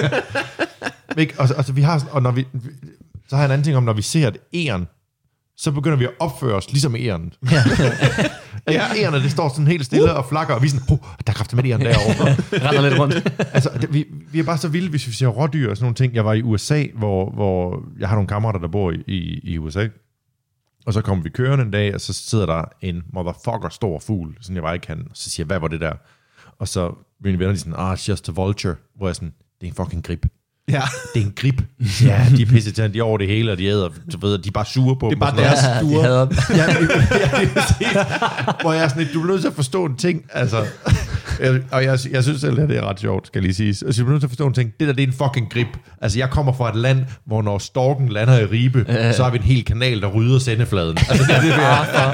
Ikke? Og, altså, vi har, og når vi, så har jeg en anden ting om, når vi ser et æren, så begynder vi at opføre os ligesom æren. Ja. Ja, ærerne, det står sådan helt stille uh. og flakker, og vi er sådan, oh, der er kraftigt med æren derovre. Render lidt rundt. Altså, det, vi, vi er bare så vilde, hvis vi ser rådyr og sådan nogle ting. Jeg var i U S A, hvor, hvor jeg har nogle kammerater, der bor i, i, i U S A. Og så kommer vi kørende en dag, og så sidder der en motherfucker stor fugl, sådan jeg var ikke kan. Og så siger jeg, hvad var det der? Og så mine venner, de sådan, ah, it's just a vulture. Hvor jeg sådan, det er en fucking grib. Ja. Det er en grib. Ja, de er pissetændte, de er over det hele, og de æder, du ved, de er bare sure på det dem. Det er bare deres stuer. Ja, ja, ja, hvor jeg er sådan, du er nødt til at forstå en ting, altså. Jeg, og jeg, jeg synes selv, at det er ret sjovt, skal jeg lige sige. Altså, jeg er nødt til at forstå en ting. Det der, det er en fucking grib. Altså, jeg kommer fra et land, hvor når storken lander i Ribe, øh. så har vi en hel kanal, der rydder sendefladen. Altså, det er det, vi er.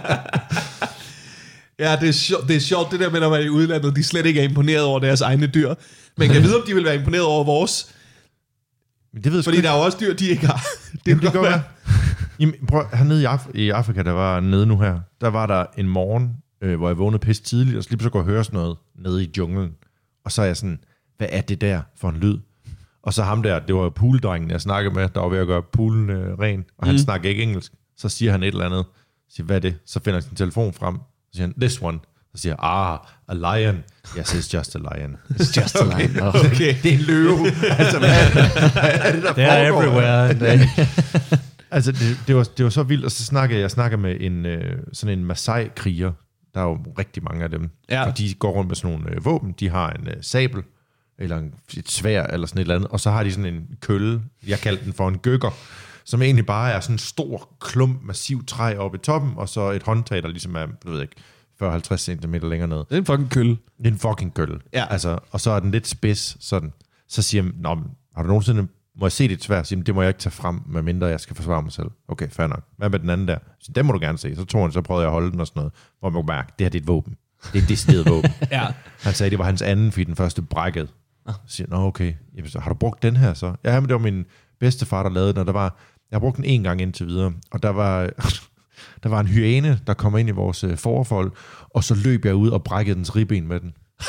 Ja, det er, sjovt, det er sjovt, det der med, når man er i udlandet, de slet ikke er imponeret over deres egne dyr. Men kan vide, om de vil være imponeret over vores. Det ved Fordi der er jo også dyr, de ikke har. Det, Jamen, det gør være. Jamen, prøv, hernede i, Af- i Afrika, der var nede nu her, der var der en morgen, øh, hvor jeg vågnede pisse tidligt, og så lige så kunne jeg høre sådan noget nede i junglen. Og så er jeg sådan, hvad er det der for en lyd? Og så ham der, det var jo pooldrengen, jeg snakkede med, der var ved at gøre poolen øh, ren, og han mm. snakker ikke engelsk. Så siger han et eller andet. Så siger, hvad er det? Så finder han sin telefon frem. Så siger han, this one. Så siger jeg, ah, a lion. Yes, it's just a lion. It's just a lion. Okay, okay. okay. Det er en løve. Altså, hvad er det, hvad er det der They're foregår? everywhere. Altså, det, det, var, det var så vildt, og så snakkede jeg snakkede med en, øh, sådan en Maasai-kriger. Der er jo rigtig mange af dem. Ja. Og de går rundt med sådan nogle øh, våben. De har en øh, sabel, eller en, et sværd, eller sådan et eller andet. Og så har de sådan en kølle, jeg kaldte den for en gøkker, som egentlig bare er sådan en stor klump, massiv træ oppe i toppen, og så et håndtag, der ligesom er, du ved ikke, fyrre til halvtreds centimeter længere ned. Det er en fucking kølle. Det er en fucking kølle. Ja. Altså, og så er den lidt spids, sådan. Så siger jeg, nå, har du nogensinde, må jeg se dit sværd? Så det må jeg ikke tage frem, medmindre jeg skal forsvare mig selv. Okay, fair nok. Hvad med den anden der? Så den må du gerne se. Så tog han, så prøvede jeg at holde den og sådan noget. Hvor man kunne mærke, det her det er et våben. Det er et decideret våben. Ja. Han sagde, det var hans anden, fordi den første brækkede. Så siger jeg, nå okay, jamen, så har du brugt den her så? Ja, men det var min bedstefar, der lavede den, og der var, jeg har brugt den en gang indtil videre, og der var, der var en hyæne, der kom ind i vores øh, forfold, og så løb jeg ud og brækkede dens ribben med den.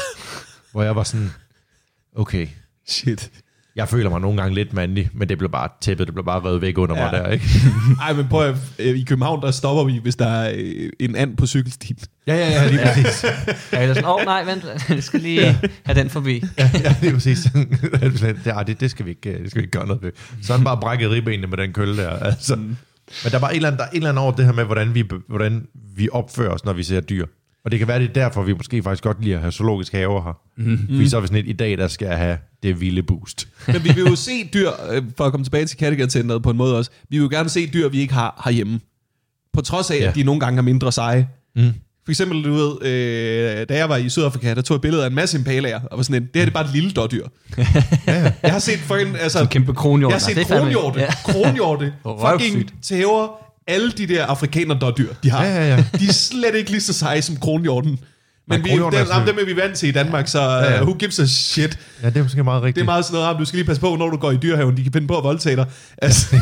Hvor jeg var sådan, okay, shit. Jeg føler mig nogle gange lidt mandlig, men det blev bare tæppet, det blev bare revet væk under ja. mig der, ikke? Ej, men prøv at, i København, der stopper vi, hvis der er en and på cykelstien. Ja, ja, ja, lige præcis. Ja, jeg er sådan, åh oh, nej, vent, jeg skal lige ja. have den forbi. Ja, ja lige præcis. Ja, det, det, skal vi ikke, det skal vi ikke gøre noget ved. Så han bare brækket ribbenene med den kølle der. Altså. Men der var et eller andet, der er et eller andet over det her med, hvordan vi, hvordan vi opfører os, når vi ser dyr. Og det kan være, det er derfor, vi måske faktisk godt lide at have zoologisk haver her. Mm-hmm. Fordi så er vi sådan et, i dag, der skal jeg have det vilde boost. Men vi vil jo se dyr, for at komme tilbage til Kattegat-centret på en måde også, vi vil jo gerne se dyr, vi ikke har herhjemme. På trods af, ja. at de nogle gange er mindre seje. Mm. For eksempel, du ved, øh, da jeg var i Sydafrika, der tog jeg billeder af en masse impalaer, og var sådan en, det her det er bare et lille dårdyr. ja, ja. Jeg har set for en, altså... En kæmpe kronhjort. Jeg har set kronhjorte. Ja. Kronhjorte. Fucking tæver alle de der afrikaner-dårdyr, de har. Ja, ja, ja. De er slet ikke lige så seje som kronhjorten. Men vi, den, dem er vi vant til i Danmark, så ja, ja. Uh, who gives a shit? Ja, det er måske meget rigtigt. Det er meget sådan noget, du skal lige passe på, når du går i dyrhaven, de kan finde på at voldtage dig. Altså,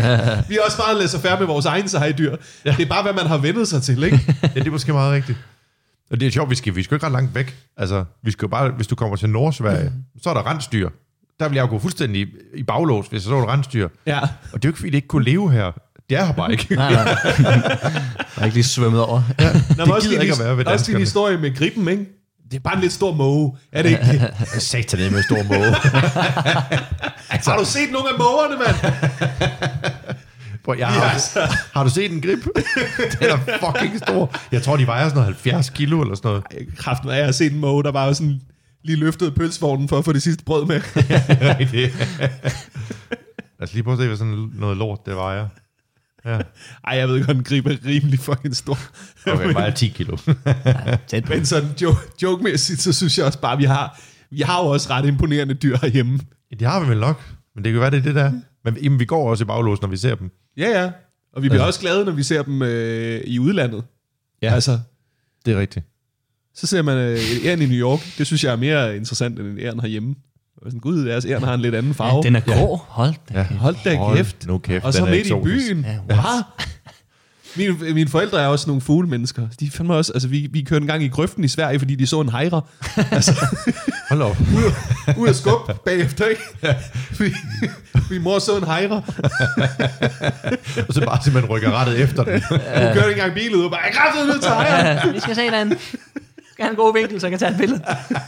vi er også meget laissez-faire med vores egen seje dyr. Ja. Det er bare, hvad man har vendet sig til, ikke? Ja, det er måske meget rigtigt. Og det er sjovt, vi skal, vi skal ikke ret langt væk. Altså, vi skal bare, hvis du kommer til Nordsverige, så er der rensdyr. Der vil jeg jo gå fuldstændig i baglås, hvis jeg så et rensdyr. Ja. Og det er jo ikke, fordi det ikke kunne leve her. Det er her bare ikke. Nej, nej. Jeg er ikke lige svømmet over. Ja, det Nå, også gider ikke at være ved danskerne. Også din historie med griben, ikke? Det er bare en lidt stor måge. Er det ikke? Satan med en stor måge. Altså. Har du set nogle af mågerne, mand? Bro, jeg har, yes. har du set en grib? Den er fucking stor. Jeg tror, de vejer sådan noget halvfjerds kilo eller sådan noget. Kræften af, jeg har set en måge, der bare sådan lige løftede pølsevognen for at få det sidste brød med. Rigtigt. Lad os lige prøve at se, hvad sådan noget lort det vejer. Ja. Ej, jeg ved godt, en grib er rimelig fucking stor. Okay, bare ti kilo. Ja, men sådan joke, joke-mæssigt, så synes jeg også bare, vi har, vi har jo også ret imponerende dyr herhjemme. Ja, det har vi vel nok, men det kan være, det er det der. Men jamen, vi går også i baglås, når vi ser dem. Ja, ja. Og vi bliver ja. også glade, når vi ser dem øh, i udlandet. Ja, altså, det er rigtigt. Så ser man øh, et æren i New York. Det synes jeg er mere interessant, end en æren herhjemme. Sådan, gud, deres æren har en lidt anden farve. Ja, den er grå. Hold da ja. Hold da kæft. Nu kæft. Og så midt i byen. Ja, wow. Mine, mine forældre er også nogle fuglemennesker. De fandme også, altså vi, vi kørte en gang i grøften i Sverige, fordi de så en hejre. Altså, hold op. Ud, ud af skub bagefter, ikke? Ja. Min, min mor så en hejre. Og så bare simpelthen rykker rettet efter den. Hun kørte en gang bil ud og bare, jeg kræftede ud til hejre. Vi skal se den. Skal have en god vinkel, så jeg kan tage et billede.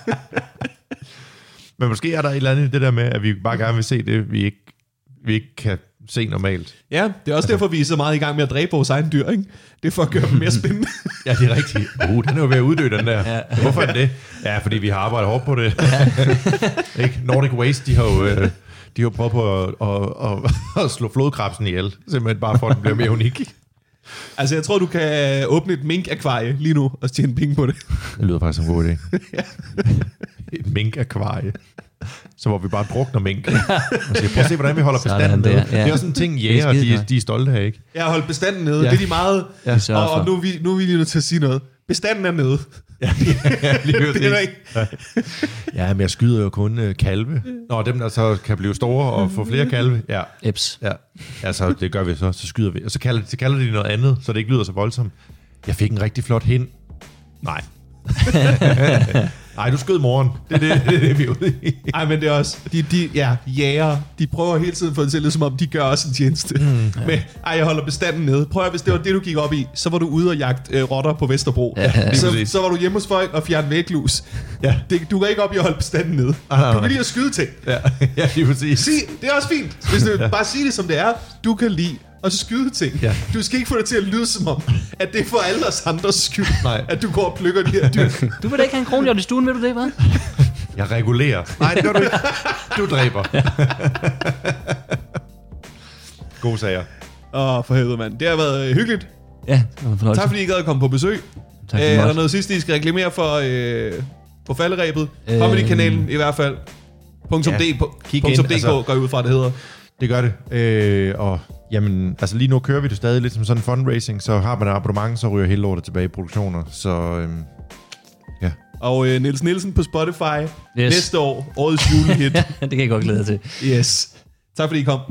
Men måske er der et eller andet i det der med, at vi bare gerne vil se det, vi ikke, vi ikke kan se normalt. Ja, det er også derfor, vi er så meget i gang med at dræbe vores egen dyr, ikke? Det er for at gøre dem mere spændende. Ja, det er rigtigt. Uh, den er jo ved at uddø, den der. Ja. Hvorfor er det? Ja, fordi vi har arbejdet hårdt på det. Ja. Ikke? Nordic Waste, de har jo, øh, de har prøvet på at, at, at, at slå flodkrebsen ihjel. Simpelthen bare for, at den bliver mere unik. Altså, jeg tror, du kan åbne et mink-akvarie lige nu og tjene penge på det. Det lyder faktisk som en god idé. Ja. Et mink-akvarie. Så hvor vi bare drukner mink. Og siger, prøv at se, hvordan vi holder bestanden nede. Ja. Det er også sådan en ting, jæger, de, de er stolte af, ikke? Jeg har holdt bestanden nede. Ja. Det er de meget. Ja. Og, og nu, er vi, nu er vi lige nødt til at sige noget. Bestanden er nede. Ja, ja, lige det er ikke. Ja. Ja, men jeg skyder jo kun uh, kalve. Nå, dem der så kan blive store og få flere kalve. Ja. Eps. Ja. Ja, så det gør vi så. Så skyder vi. Og så kalder, så kalder de noget andet, så det ikke lyder så voldsomt. Jeg fik en rigtig flot hind. Nej. Nej, du skød moren. Det er det, det, det vi er ude i. Nej, men det er også, de, de ja, jæger, de prøver hele tiden for at se som om, de gør også en tjeneste. Mm, ja. Men, ej, jeg holder bestanden nede. Prøv at, hvis det var det, du gik op i, så var du ude og jagte øh, rotter på Vesterbro. Ja, så, så var du hjemme hos folk og fjerne væglus. Ja. Det, du går ikke op i at holde bestanden nede. Ah, nej, nej. Du kan lide at skyde ting. Ja, ja, lige præcis. Sig, det er også fint. Hvis du ja. bare sige det, som det er, du kan lide og så skyde ting. Ja. Du skal ikke få det til at lyde som om, at det er for alle os andres skyld, nej. At du går og plukker de her dyr. Du vil da ikke have en kronhjort i stuen, vil du det, hva'? Jeg regulerer. Nej, det gør du ikke. Du dræber. Gode sager. Åh, oh, for helvede, mand. Det har været hyggeligt. Ja, tak fordi I gad at komme på besøg. Tak, Æh, er der noget sidste, I skal reklamere for øh, på falderæbet? Øh, Comedy-kanalen i hvert fald. Punktum ja, D, kig punktum ind, D K altså, går ud fra, det hedder. Det gør det. Øh, og jamen, altså lige nu kører vi det stadig lidt som sådan en fundraising, så har man et abonnement, så ryger hele lortet tilbage i produktioner. Så øhm, ja. Og øh, Niels Nielsen på Spotify yes. næste år, årets julehit. Det kan jeg godt glæde til. Yes. Tak fordi I kom.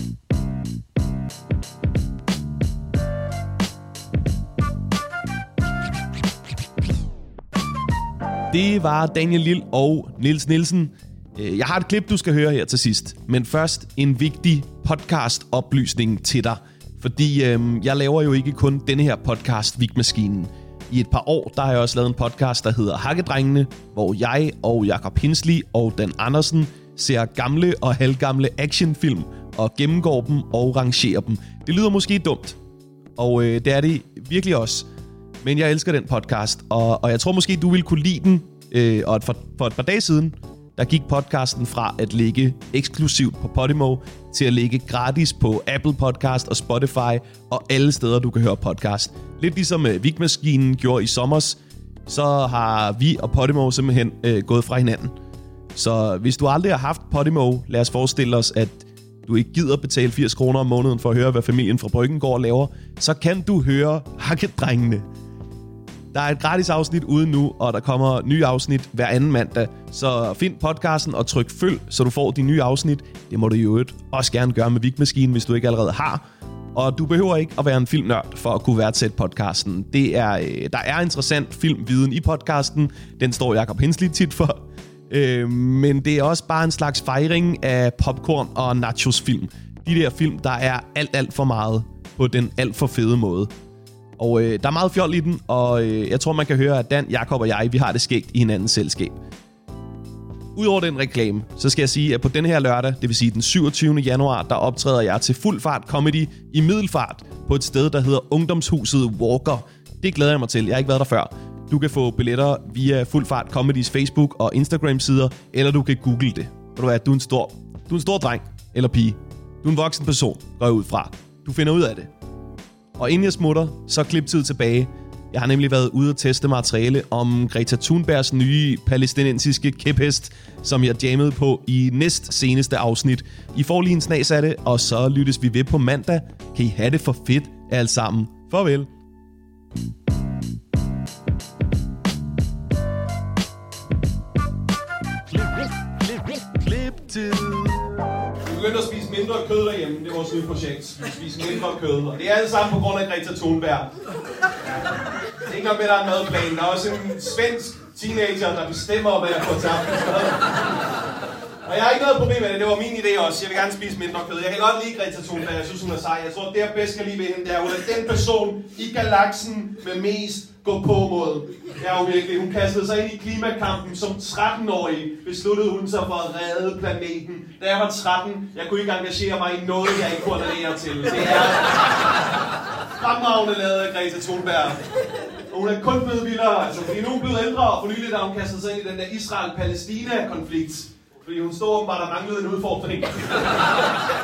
Det var Daniel Lille og Niels Nielsen. Jeg har et klip, du skal høre her til sidst. Men først en vigtig podcast-oplysning til dig. Fordi øhm, jeg laver jo ikke kun denne her podcast, Vigmaskinen. I et par år, der har jeg også lavet en podcast, der hedder Hakkedrengene, hvor jeg og Jakob Hinsley og Dan Andersen ser gamle og halvgamle actionfilm og gennemgår dem og rangerer dem. Det lyder måske dumt, og øh, det er det virkelig også. Men jeg elsker den podcast, og, og jeg tror måske, du ville kunne lide den. Øh, og for, for et par dage siden, der gik podcasten fra at ligge eksklusivt på Podimo til at ligge gratis på Apple Podcast og Spotify og alle steder, du kan høre podcast. Lidt ligesom uh, Vigmaskinen gjorde i sommers, så har vi og Podimo simpelthen uh, gået fra hinanden. Så hvis du aldrig har haft Podimo, lad os forestille os, at du ikke gider betale firs kroner om måneden for at høre, hvad familien fra Bryggen går og laver, så kan du høre Hakkedrengene. Der er et gratis afsnit ude nu, og der kommer nye afsnit hver anden mandag. Så find podcasten og tryk følg, så du får de nye afsnit. Det må du jo også gerne gøre med Vigmaskinen, hvis du ikke allerede har. Og du behøver ikke at være en filmnørd for at kunne værdsætte podcasten. Det er, der er interessant filmviden i podcasten. Den står Jakob Hinsley tit for. Men det er også bare en slags fejring af popcorn og nachos-film. De der film, der er alt, alt for meget på den alt for fede måde. Og øh, der er meget fjol i den, og øh, jeg tror, man kan høre, at Dan, Jakob og jeg, vi har det skægt i hinandens selskab. Udover den reklame, så skal jeg sige, at på den her lørdag, det vil sige den syvogtyvende januar, der optræder jeg til Fuld Fart Comedy i Middelfart på et sted, der hedder Ungdomshuset Walker. Det glæder jeg mig til. Jeg har ikke været der før. Du kan få billetter via Fuld Fart Comedys Facebook og Instagram-sider, eller du kan google det. Ved du hvad, du er en stor, du er en stor dreng eller pige. Du er en voksen person, går jeg ud fra. Du finder ud af det. Og inden jeg smutter, så klip tid tilbage. Jeg har nemlig været ude og teste materiale om Greta Thunbergs nye palæstinensiske kæphest, som jeg jammede på i næst seneste afsnit. I får lige en snas af det, og så lyttes vi ved på mandag. Kan I have det for fedt alle sammen. Farvel. Klip tid. Vi begyndte at spise mindre kød derhjemme. Det er vores nye projekt. Vi spiser mindre kød. Og det er alt sammen på grund af Greta Thunberg. Ja. Det er ikke nok med, der er en madplan. Der er også en svensk teenager, der bestemmer, hvad jeg får til aftensmad. Og jeg har ikke noget problem med det. Det var min idé også. Jeg vil gerne spise mindre kød. Jeg kan godt lide Greta Thunberg. Jeg synes, hun er sej. Jeg tror, det jeg bedst kan lide ved hende, det er, hun er den person i galaksen med mest gå på måde. Det er jo virkelig. Hun kastede sig ind i klimakampen som tretten-årig. Besluttede hun sig for at redde planeten. Da jeg var tretten, jeg kunne ikke engagere mig i noget, jeg ikke kunne relere til. Det er fremragende lavet af Greta Thunberg. Og hun er kun blevet vildere, altså, fordi nu er hun blevet ældre, og for nylig da hun kastede sig ind i den der Israel-Palæstina-konflikt. Fordi hun stod åbenbart, der manglede en udfordring.